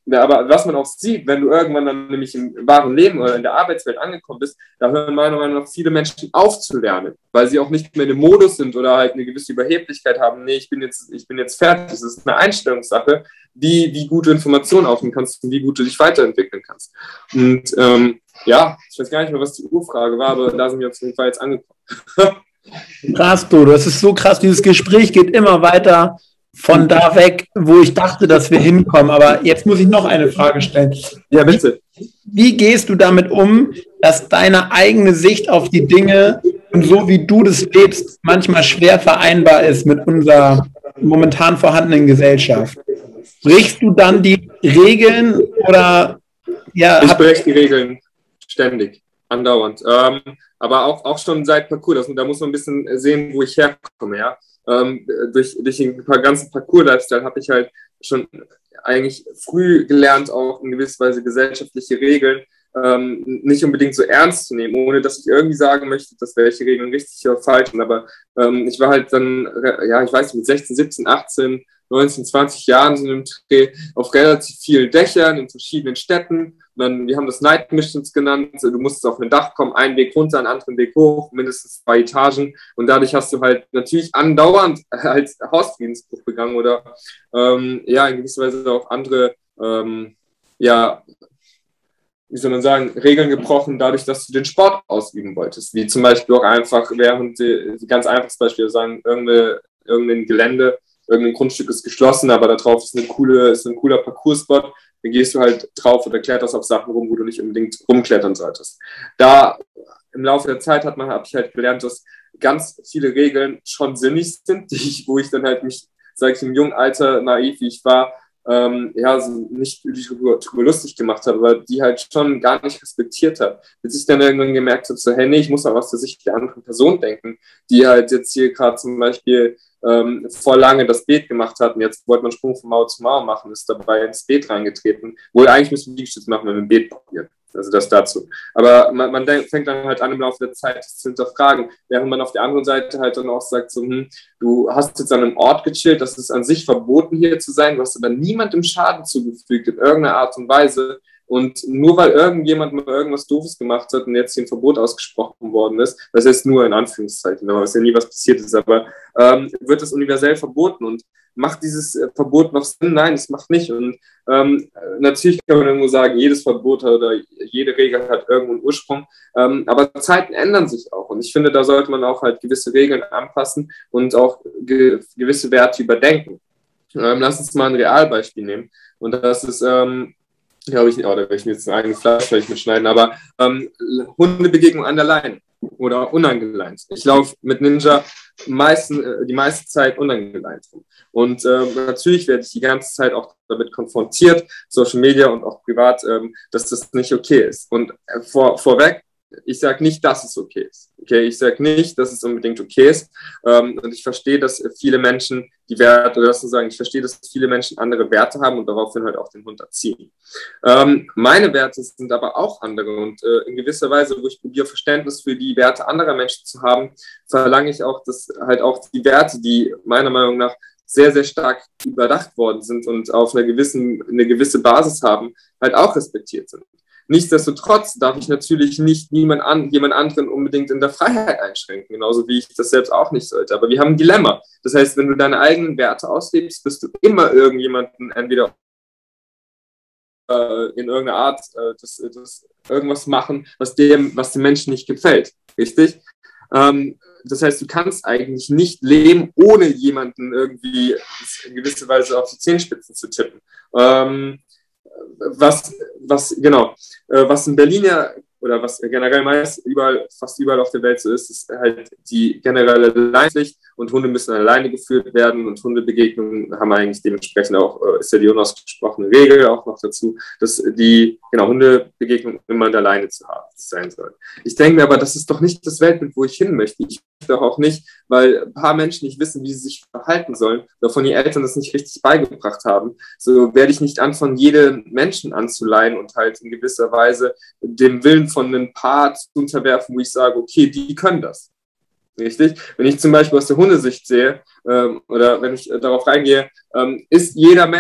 Ja, aber was man auch sieht, wenn du irgendwann dann nämlich im wahren Leben oder in der Arbeitswelt angekommen bist, da hören meiner Meinung nach viele Menschen auf zu lernen, weil sie auch nicht mehr in dem Modus sind oder halt eine gewisse Überheblichkeit haben. Nee, ich bin jetzt, ich bin jetzt fertig. Das ist eine Einstellungssache, wie, wie gute Informationen aufnehmen kannst und wie gut du dich weiterentwickeln kannst. Und ähm, ja, ich weiß gar nicht mehr, was die Urfrage war, aber da sind wir auf jeden Fall jetzt angekommen. Krass, du, das ist so krass. Dieses Gespräch geht immer weiter von da weg, wo ich dachte, dass wir hinkommen. Aber jetzt muss ich noch eine Frage stellen. Ja, bitte. Wie, wie gehst du damit um, dass deine eigene Sicht auf die Dinge und so wie du das lebst, manchmal schwer vereinbar ist mit unserer momentan vorhandenen Gesellschaft? Brichst du dann die Regeln oder ja? Ich breche die Regeln ständig, andauernd. Ähm, aber auch, auch schon seit Parcours. Das, da muss man ein bisschen sehen, wo ich herkomme, ja. Ähm, durch, durch den ganzen Parcours-Lifestyle habe ich halt schon eigentlich früh gelernt, auch in gewisser Weise gesellschaftliche Regeln ähm, nicht unbedingt so ernst zu nehmen, ohne dass ich irgendwie sagen möchte, dass welche Regeln richtig oder falsch sind. Aber ähm, ich war halt dann, ja, ich weiß nicht, mit sechzehn, siebzehn, achtzehn, neunzehn, zwanzig Jahren so im Dreh auf relativ vielen Dächern in verschiedenen Städten. Und dann, wir haben das Night Missions genannt. Du musstest auf ein Dach kommen, einen Weg runter, einen anderen Weg hoch, mindestens zwei Etagen. Und dadurch hast du halt natürlich andauernd halt Hausfriedensbruch begangen oder ähm, ja, in gewisser Weise auch andere, ähm, ja, wie soll man sagen, Regeln gebrochen, dadurch, dass du den Sport ausüben wolltest. Wie zum Beispiel auch einfach während, ganz einfaches Beispiel, sagen, irgendeine, irgendein Gelände, irgendein Grundstück ist geschlossen, aber da drauf ist, eine coole, ist ein cooler Parcours-Spot, dann gehst du halt drauf oder kletterst auf Sachen rum, wo du nicht unbedingt rumklettern solltest. Da im Laufe der Zeit hat man, habe ich halt gelernt, dass ganz viele Regeln schon sinnig sind, die ich, wo ich dann halt mich, sag ich, im jungen Alter, naiv wie ich war, ähm, ja, so nicht drüber, drüber lustig gemacht habe, aber die halt schon gar nicht respektiert habe. Bis ich dann irgendwann gemerkt habe, so, hey, nee, ich muss auch aus der Sicht der anderen Person denken, die halt jetzt hier gerade zum Beispiel ähm, vor lange das Beet gemacht hat und jetzt wollte man Sprung von Mauer zu Mauer machen, ist dabei ins Beet reingetreten. Wohl eigentlich müssen wir Liegestütze machen, wenn wir ein Beet probieren. Also das dazu. Aber man, man denkt, fängt dann halt an, im Laufe der Zeit das zu hinterfragen, während man auf der anderen Seite halt dann auch sagt, so, hm, du hast jetzt an einem Ort gechillt, das ist an sich verboten, hier zu sein, du hast aber niemandem Schaden zugefügt in irgendeiner Art und Weise. Und nur weil irgendjemand mal irgendwas Doofes gemacht hat und jetzt hier ein Verbot ausgesprochen worden ist, das heißt nur in Anführungszeichen, da ist ja nie was passiert ist, aber ähm, wird das universell verboten und macht dieses äh, Verbot noch Sinn? Nein, es macht nicht. Und ähm, natürlich kann man irgendwo sagen, jedes Verbot oder jede Regel hat irgendwo einen Ursprung, ähm, aber Zeiten ändern sich auch und ich finde, da sollte man auch halt gewisse Regeln anpassen und auch ge gewisse Werte überdenken. Ähm, lass uns mal ein Realbeispiel nehmen und das ist ähm, glaube ich nicht, oh, da werde ich mir jetzt einen eigenen Fleisch vielleicht mitschneiden, aber ähm, Hundebegegnung an der Leine oder unangeleint. Ich laufe mit Ninja meisten, äh, die meiste Zeit unangeleint rum. Und ähm, natürlich werde ich die ganze Zeit auch damit konfrontiert, Social Media und auch privat, ähm, dass das nicht okay ist. Und äh, vor, vorweg, ich sage nicht, dass es okay ist. Okay, ich sage nicht, dass es unbedingt okay ist. Ähm, und ich verstehe, dass viele Menschen die Werte, oder das zu sagen, ich verstehe, dass viele Menschen andere Werte haben und daraufhin halt auch den Hund erziehen. Ähm, meine Werte sind aber auch andere und äh, in gewisser Weise, wo ich probiere, Verständnis für die Werte anderer Menschen zu haben, verlange ich auch, dass halt auch die Werte, die meiner Meinung nach sehr, sehr stark überdacht worden sind und auf einer gewissen, eine gewisse Basis haben, halt auch respektiert sind. Nichtsdestotrotz darf ich natürlich nicht niemand an, jemand anderen unbedingt in der Freiheit einschränken, genauso wie ich das selbst auch nicht sollte. Aber wir haben ein Dilemma. Das heißt, wenn du deine eigenen Werte auslebst, wirst du immer irgendjemanden entweder äh, in irgendeiner Art äh, das, das irgendwas machen, was dem, was dem Menschen nicht gefällt. Richtig? Ähm, das heißt, du kannst eigentlich nicht leben, ohne jemanden irgendwie in gewisser Weise auf die Zehenspitzen zu tippen. Ähm, Was, was, genau, was in Berlin ja, oder was generell meist überall, fast überall auf der Welt so ist, ist halt die generelle Leinenpflicht und Hunde müssen alleine geführt werden und Hundebegegnungen haben eigentlich dementsprechend auch, ist ja die unausgesprochene Regel auch noch dazu, dass die, genau, Hundebegegnung immer an der Leine zu haben sein soll. Ich denke mir aber, das ist doch nicht das Weltbild, wo ich hin möchte. Ich möchte auch nicht, weil ein paar Menschen nicht wissen, wie sie sich verhalten sollen, oder von ihren Eltern das nicht richtig beigebracht haben, so werde ich nicht anfangen, jeden Menschen anzuleihen und halt in gewisser Weise dem Willen von einem Paar zu unterwerfen, wo ich sage, okay, die können das. Richtig? Wenn ich zum Beispiel aus der Hundesicht sehe, ähm, oder wenn ich äh, darauf reingehe, ähm, ist jeder Mensch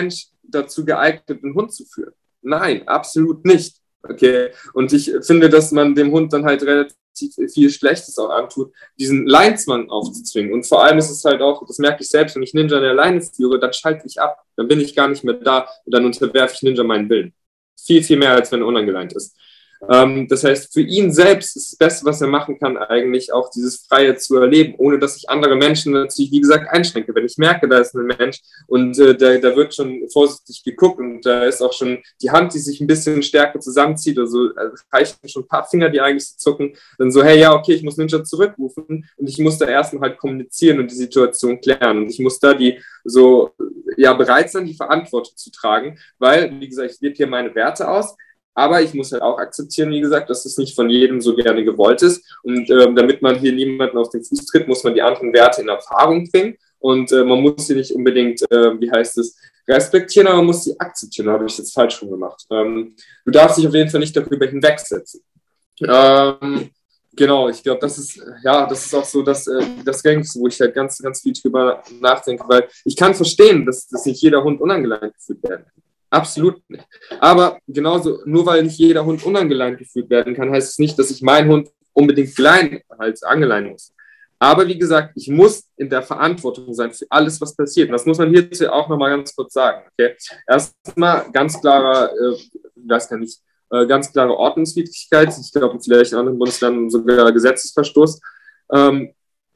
dazu geeignet, einen Hund zu führen? Nein, absolut nicht. Okay, und ich finde, dass man dem Hund dann halt relativ viel Schlechtes auch antut, diesen Leinzwang aufzuzwingen. Und vor allem ist es halt auch, das merke ich selbst, wenn ich Ninja in der Leine führe, dann schalte ich ab. Dann bin ich gar nicht mehr da und dann unterwerfe ich Ninja meinen Willen. Viel, viel mehr, als wenn er unangeleint ist. Ähm, das heißt, für ihn selbst ist das Beste, was er machen kann, eigentlich auch dieses Freie zu erleben, ohne dass ich andere Menschen natürlich, wie gesagt, einschränke. Wenn ich merke, da ist ein Mensch und äh, da, da wird schon vorsichtig geguckt und da ist auch schon die Hand, die sich ein bisschen stärker zusammenzieht, also, also reichen schon ein paar Finger, die eigentlich so zucken, dann so, hey, ja, okay, ich muss Ninja zurückrufen und ich muss da erstmal halt kommunizieren und die Situation klären und ich muss da die so, ja, bereit sein, die Verantwortung zu tragen, weil, wie gesagt, ich lebe hier meine Werte aus. Aber ich muss halt auch akzeptieren, wie gesagt, dass das nicht von jedem so gerne gewollt ist. Und ähm, damit man hier niemanden auf den Fuß tritt, muss man die anderen Werte in Erfahrung bringen. Und äh, man muss sie nicht unbedingt, äh, wie heißt es, respektieren, aber man muss sie akzeptieren. Da habe ich jetzt falsch schon gemacht. Ähm, du darfst dich auf jeden Fall nicht darüber hinwegsetzen. Ähm, genau, ich glaube, das ist, ja, das ist auch so das, äh, das Gängigste, wo ich halt ganz, ganz viel drüber nachdenke. Weil ich kann verstehen, dass, dass nicht jeder Hund unangeleint geführt werden kann. Absolut nicht. Aber genauso, nur weil nicht jeder Hund unangeleint geführt werden kann, heißt es nicht, dass ich meinen Hund unbedingt klein als angeleinen muss. Aber wie gesagt, ich muss in der Verantwortung sein für alles, was passiert. Und das muss man hierzu auch nochmal ganz kurz sagen. Okay? Erstmal ganz klarer, äh, ich weiß gar nicht, äh, ganz klare Ordnungswidrigkeit. Ich glaube, vielleicht in anderen Bundesländern sogar Gesetzesverstoß. Ähm,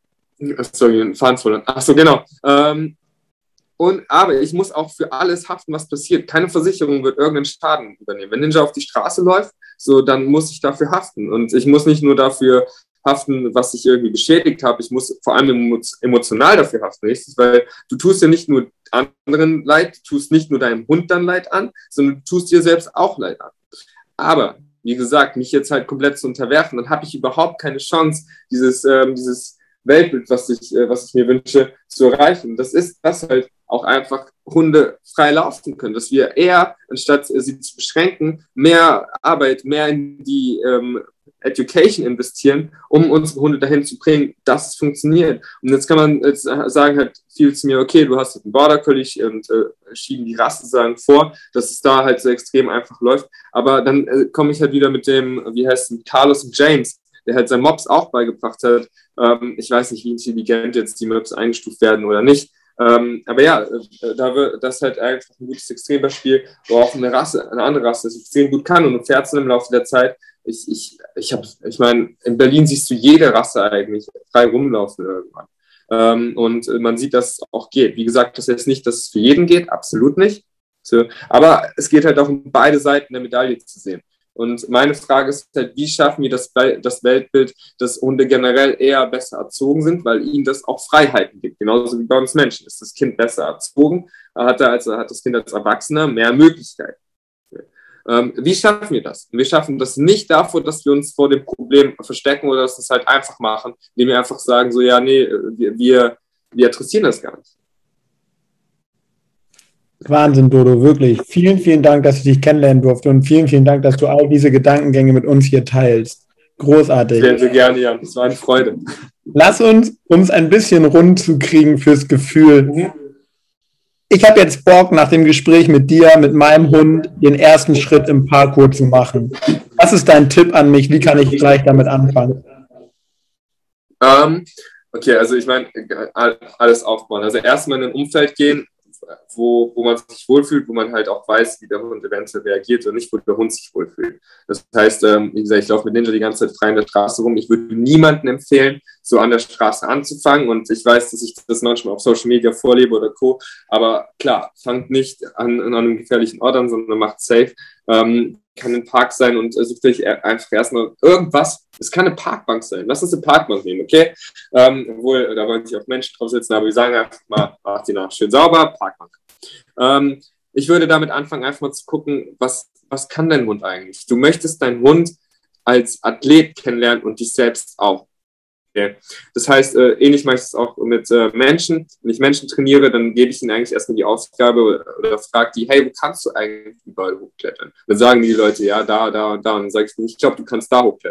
sorry, ein Faden verloren. Ach so, genau. Ähm, Und, aber ich muss auch für alles haften, was passiert. Keine Versicherung wird irgendeinen Schaden übernehmen. Wenn Ninja auf die Straße läuft, so, dann muss ich dafür haften. Und ich muss nicht nur dafür haften, was ich irgendwie beschädigt habe, ich muss vor allem emotional dafür haften, richtig? Weil du tust ja nicht nur anderen Leid, du tust nicht nur deinem Hund dann Leid an, sondern du tust dir selbst auch Leid an. Aber, wie gesagt, mich jetzt halt komplett zu unterwerfen, dann habe ich überhaupt keine Chance, dieses, ähm, dieses Weltbild, was ich, äh, was ich mir wünsche, zu erreichen. Das ist, dass halt auch einfach Hunde frei laufen können, dass wir eher, anstatt äh, sie zu beschränken, mehr Arbeit, mehr in die ähm, Education investieren, um unsere Hunde dahin zu bringen, dass es funktioniert. Und jetzt kann man jetzt sagen, halt viel zu mir, okay, du hast einen Border Collie und äh, schieben die Rasse sagen vor, dass es da halt so extrem einfach läuft. Aber dann äh, komme ich halt wieder mit dem, wie heißt es, Carlos und James, der halt seinen Mops auch beigebracht hat. Ähm, ich weiß nicht, wie intelligent jetzt die Mops eingestuft werden oder nicht. Ähm, aber ja, äh, da wird das halt einfach ein gutes Extrembeispiel, wo auch eine Rasse, eine andere Rasse das extrem gut kann und du fährst im Laufe der Zeit. Ich, ich, ich habe, ich meine, in Berlin siehst du jede Rasse eigentlich frei rumlaufen irgendwann. Ähm, und man sieht, dass es auch geht. Wie gesagt, das heißt nicht, dass es für jeden geht, absolut nicht. So, aber es geht halt auch um beide Seiten der Medaille zu sehen. Und meine Frage ist halt, wie schaffen wir das, das Weltbild, dass Hunde generell eher besser erzogen sind, weil ihnen das auch Freiheiten gibt. Genauso wie bei uns Menschen. Ist das Kind besser erzogen, hat, er als, hat das Kind als Erwachsener mehr Möglichkeiten. Ähm, wie schaffen wir das? Wir schaffen das nicht davor, dass wir uns vor dem Problem verstecken oder dass wir es halt einfach machen, indem wir einfach sagen, so ja, nee, wir, wir, wir adressieren das gar nicht. Wahnsinn, Dodo, wirklich. Vielen, vielen Dank, dass ich dich kennenlernen durfte und vielen, vielen Dank, dass du all diese Gedankengänge mit uns hier teilst. Großartig. Sehr, sehr gerne, Jan. Es war eine Freude. Lass uns, um es ein bisschen rund zu kriegen fürs Gefühl. Mhm. Ich habe jetzt Bock, nach dem Gespräch mit dir, mit meinem Hund, den ersten Schritt im Parkour zu machen. Was ist dein Tipp an mich? Wie kann ich gleich damit anfangen? Um, okay, also ich meine, alles aufbauen. Also erstmal in ein Umfeld gehen, Wo, wo man sich wohlfühlt, wo man halt auch weiß, wie der Hund eventuell reagiert und nicht, wo der Hund sich wohlfühlt. Das heißt, ähm, wie gesagt, ich laufe mit Ninja die ganze Zeit frei in der Straße rum. Ich würde niemandem empfehlen, so an der Straße anzufangen und ich weiß, dass ich das manchmal auf Social Media vorlebe oder Co., aber klar, fangt nicht an, an einem gefährlichen Ort an, sondern macht safe. Ähm, kann ein Park sein und äh, sucht euch einfach erstmal irgendwas. Es kann eine Parkbank sein. Lass uns eine Parkbank nehmen, okay? Ähm, obwohl, da wollen sich auch Menschen drauf sitzen, aber wir sagen einfach mal, macht die nach schön sauber, Parkbank. Ähm, ich würde damit anfangen, einfach mal zu gucken, was, was kann dein Hund eigentlich? Du möchtest deinen Hund als Athlet kennenlernen und dich selbst auch. Okay. Das heißt, äh, ähnlich mache ich es auch mit äh, Menschen. Wenn ich Menschen trainiere, dann gebe ich ihnen eigentlich erstmal die Aufgabe oder, oder frage die, hey, wo kannst du eigentlich überall hochklettern? Dann sagen die Leute, ja, da, da und da. Und dann sage ich, ich glaube, du kannst da hochklettern.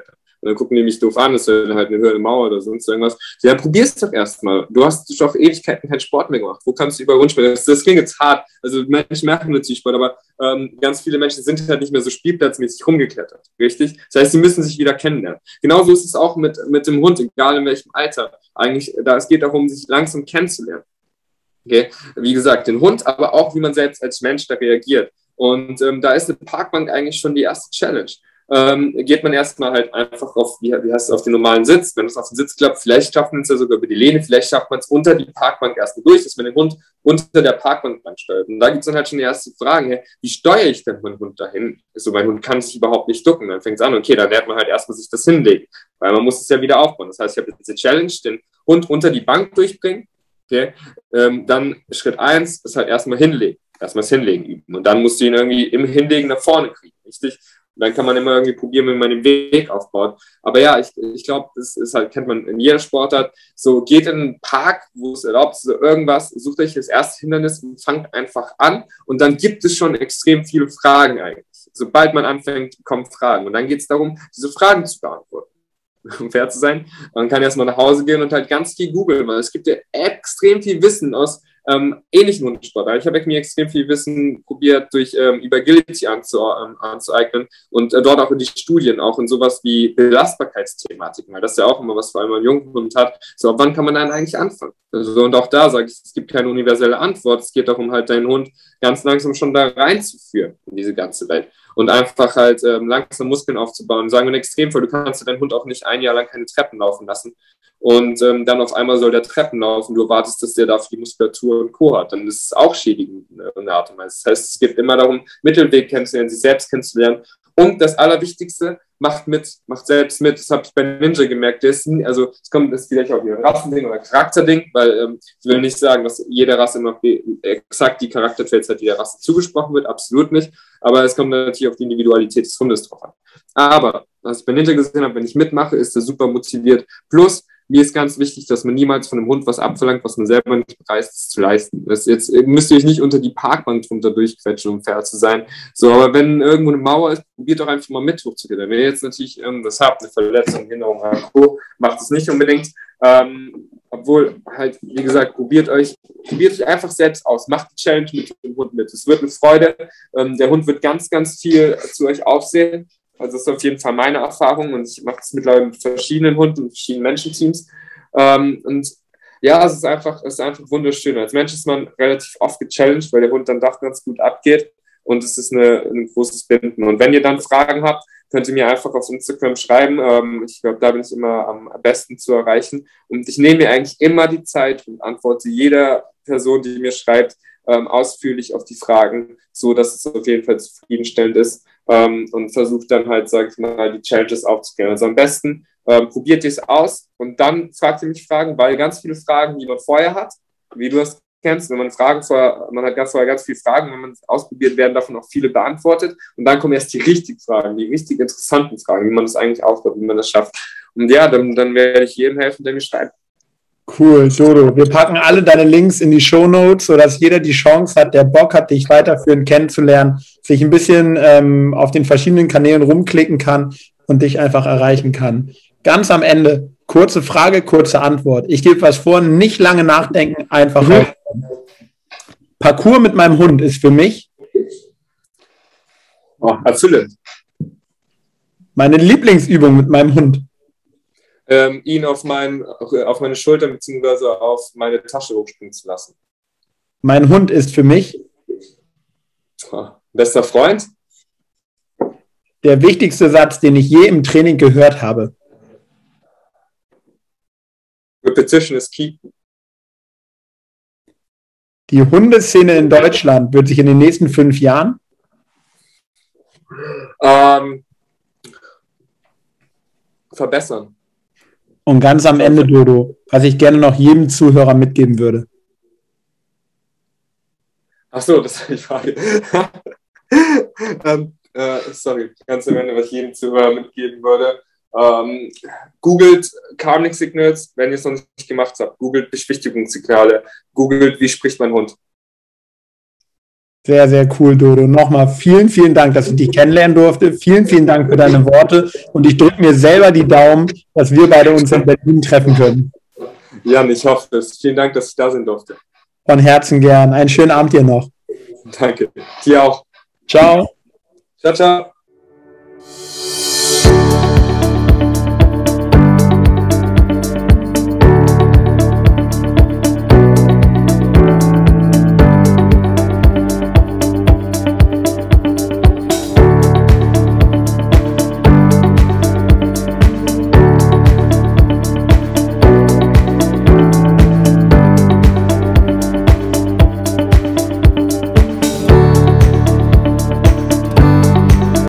Und dann gucken die mich doof an, das ist halt eine höhere Mauer oder sonst irgendwas. Ja, probier's doch erstmal. Du hast doch Ewigkeiten keinen Sport mehr gemacht. Wo kannst du über Rund spielen? Das, das klingt jetzt hart. Also Menschen machen natürlich Sport, aber ähm, ganz viele Menschen sind halt nicht mehr so spielplatzmäßig rumgeklettert. Richtig? Das heißt, sie müssen sich wieder kennenlernen. Genauso ist es auch mit, mit dem Hund, egal in welchem Alter. Eigentlich, da, es geht darum, sich langsam kennenzulernen. Okay? Wie gesagt, den Hund, aber auch, wie man selbst als Mensch da reagiert. Und ähm, da ist eine Parkbank eigentlich schon die erste Challenge. Ähm, geht man erstmal halt einfach auf, wie, wie heißt es, auf den normalen Sitz. Wenn es auf den Sitz klappt, vielleicht schafft man es ja sogar über die Lehne, vielleicht schafft man es unter die Parkbank erstmal durch, dass man den Hund unter der Parkbank lang steuert. Und da gibt es dann halt schon die erste Frage, hey, wie steuere ich denn meinen Hund dahin? So, mein Hund kann sich überhaupt nicht ducken. Dann fängt es an, okay, dann lernt man halt erstmal sich das hinlegen, weil man muss es ja wieder aufbauen. Das heißt, ich habe jetzt die Challenge, den Hund unter die Bank durchbringen. Okay? Ähm, dann Schritt eins ist halt erstmal hinlegen. Erstmal das Hinlegen üben. Und dann musst du ihn irgendwie im Hinlegen nach vorne kriegen, richtig? Und dann kann man immer irgendwie probieren, wie man den Weg aufbaut. Aber ja, ich, ich glaube, das ist halt, kennt man in jeder Sportart. So, geht in einen Park, wo es erlaubt ist, so irgendwas, sucht euch das erste Hindernis und fangt einfach an. Und dann gibt es schon extrem viele Fragen eigentlich. Sobald man anfängt, kommen Fragen. Und dann geht es darum, diese Fragen zu beantworten. Um fair zu sein. Man kann erstmal nach Hause gehen und halt ganz viel googeln, weil es gibt ja extrem viel Wissen aus ähm, ähnlichen Hundesportarten. Ich habe mir extrem viel Wissen probiert, durch ähm, über Agility anzu, ähm, anzueignen und äh, dort auch in die Studien, auch in sowas wie Belastbarkeitsthematiken, weil das ja auch immer was vor allem ein junger Hund hat. So, ab wann kann man dann eigentlich anfangen? Also, und auch da sage ich, es gibt keine universelle Antwort. Es geht darum, halt deinen Hund ganz langsam schon da reinzuführen in diese ganze Welt. Und einfach halt ähm, langsam Muskeln aufzubauen. Sagen wir ein Extremfall, du kannst deinen Hund auch nicht ein Jahr lang keine Treppen laufen lassen. Und ähm, dann auf einmal soll der Treppen laufen. Du erwartest, dass der dafür die Muskulatur und Co. hat. Dann ist es auch schädigend in der Art und Weise. Das heißt, es geht immer darum, Mittelweg kennenzulernen, sich selbst kennenzulernen. Und das Allerwichtigste, macht mit, macht selbst mit. Das habe ich bei Ninja gemerkt. Der ist nie, also es kommt, das ist vielleicht auch wieder ein Rassending oder Charakterding, weil ähm, ich will nicht sagen, dass jede Rasse immer exakt die Charaktertraits hat, die der Rasse zugesprochen wird. Absolut nicht. Aber es kommt natürlich auf die Individualität des Hundes drauf an. Aber was ich bei Ninja gesehen habe, wenn ich mitmache, ist er super motiviert. Plus, mir ist ganz wichtig, dass man niemals von einem Hund was abverlangt, was man selber nicht bereit ist zu leisten. Das jetzt müsst ihr euch nicht unter die Parkbank drunter durchquetschen, um fair zu sein. So, aber wenn irgendwo eine Mauer ist, probiert doch einfach mal mit hochzugehen. Wenn ihr jetzt natürlich irgendwas habt, eine Verletzung, Hinderung, macht es nicht unbedingt. Ähm, obwohl, halt, wie gesagt, probiert euch, probiert euch einfach selbst aus. Macht die Challenge mit dem Hund mit. Es wird eine Freude. Ähm, der Hund wird ganz, ganz viel zu euch aufsehen. Also das ist auf jeden Fall meine Erfahrung und ich mache das mittlerweile mit verschiedenen Hunden und verschiedenen Menschenteams. Ähm, und ja, es ist einfach, es ist einfach wunderschön. Als Mensch ist man relativ oft gechallenged, weil der Hund dann doch ganz gut abgeht und es ist eine, ein großes Binden. Und wenn ihr dann Fragen habt, könnt ihr mir einfach auf Instagram schreiben. Ähm, ich glaube, da bin ich immer am besten zu erreichen. Und ich nehme mir eigentlich immer die Zeit und antworte jeder Person, die mir schreibt, ähm, ausführlich auf die Fragen, so dass es auf jeden Fall zufriedenstellend ist. Ähm, und versucht dann halt, sage ich mal, die Challenges aufzugehen. Also am besten ähm, probiert ihr es aus und dann fragt ihr mich Fragen, weil ganz viele Fragen, die man vorher hat, wie du es kennst, wenn man Fragen vorher, man hat ganz vorher ganz viele Fragen, wenn man es ausprobiert, werden davon auch viele beantwortet und dann kommen erst die richtigen Fragen, die richtig interessanten Fragen, wie man das eigentlich aufbaut, wie man das schafft. Und ja, dann, dann werde ich jedem helfen, der mir schreibt. Cool, Dodo. Wir packen alle deine Links in die Shownotes, sodass jeder die Chance hat, der Bock hat, dich weiterführend kennenzulernen, sich ein bisschen ähm, auf den verschiedenen Kanälen rumklicken kann und dich einfach erreichen kann. Ganz am Ende, kurze Frage, kurze Antwort. Ich gebe was vor, nicht lange nachdenken, einfach mhm. auf. Parcours mit meinem Hund ist für mich oh, erfüllend. Meine Lieblingsübung mit meinem Hund. Ähm, ihn auf, mein, auf meine Schulter bzw. auf meine Tasche hochspringen zu lassen. Mein Hund ist für mich oh, bester Freund. Der wichtigste Satz, den ich je im Training gehört habe. Repetition is key. Die Hundeszene in Deutschland wird sich in den nächsten fünf Jahren ähm, verbessern. Und ganz am Ende, Dodo, was ich gerne noch jedem Zuhörer mitgeben würde. Ach so, das war die Frage. ähm, äh, sorry, ganz am Ende, was ich jedem Zuhörer mitgeben würde. Ähm, googelt Calming Signals, wenn ihr es noch nicht gemacht habt. Googelt Beschwichtigungssignale. Googelt, wie spricht mein Hund. Sehr, sehr cool, Dodo. Nochmal vielen, vielen Dank, dass ich dich kennenlernen durfte. Vielen, vielen Dank für deine Worte. Und ich drücke mir selber die Daumen, dass wir beide uns in Berlin treffen können. Jan, ich hoffe es. Vielen Dank, dass ich da sein durfte. Von Herzen gern. Einen schönen Abend dir noch. Danke. Dir auch. Ciao. Ciao, ciao.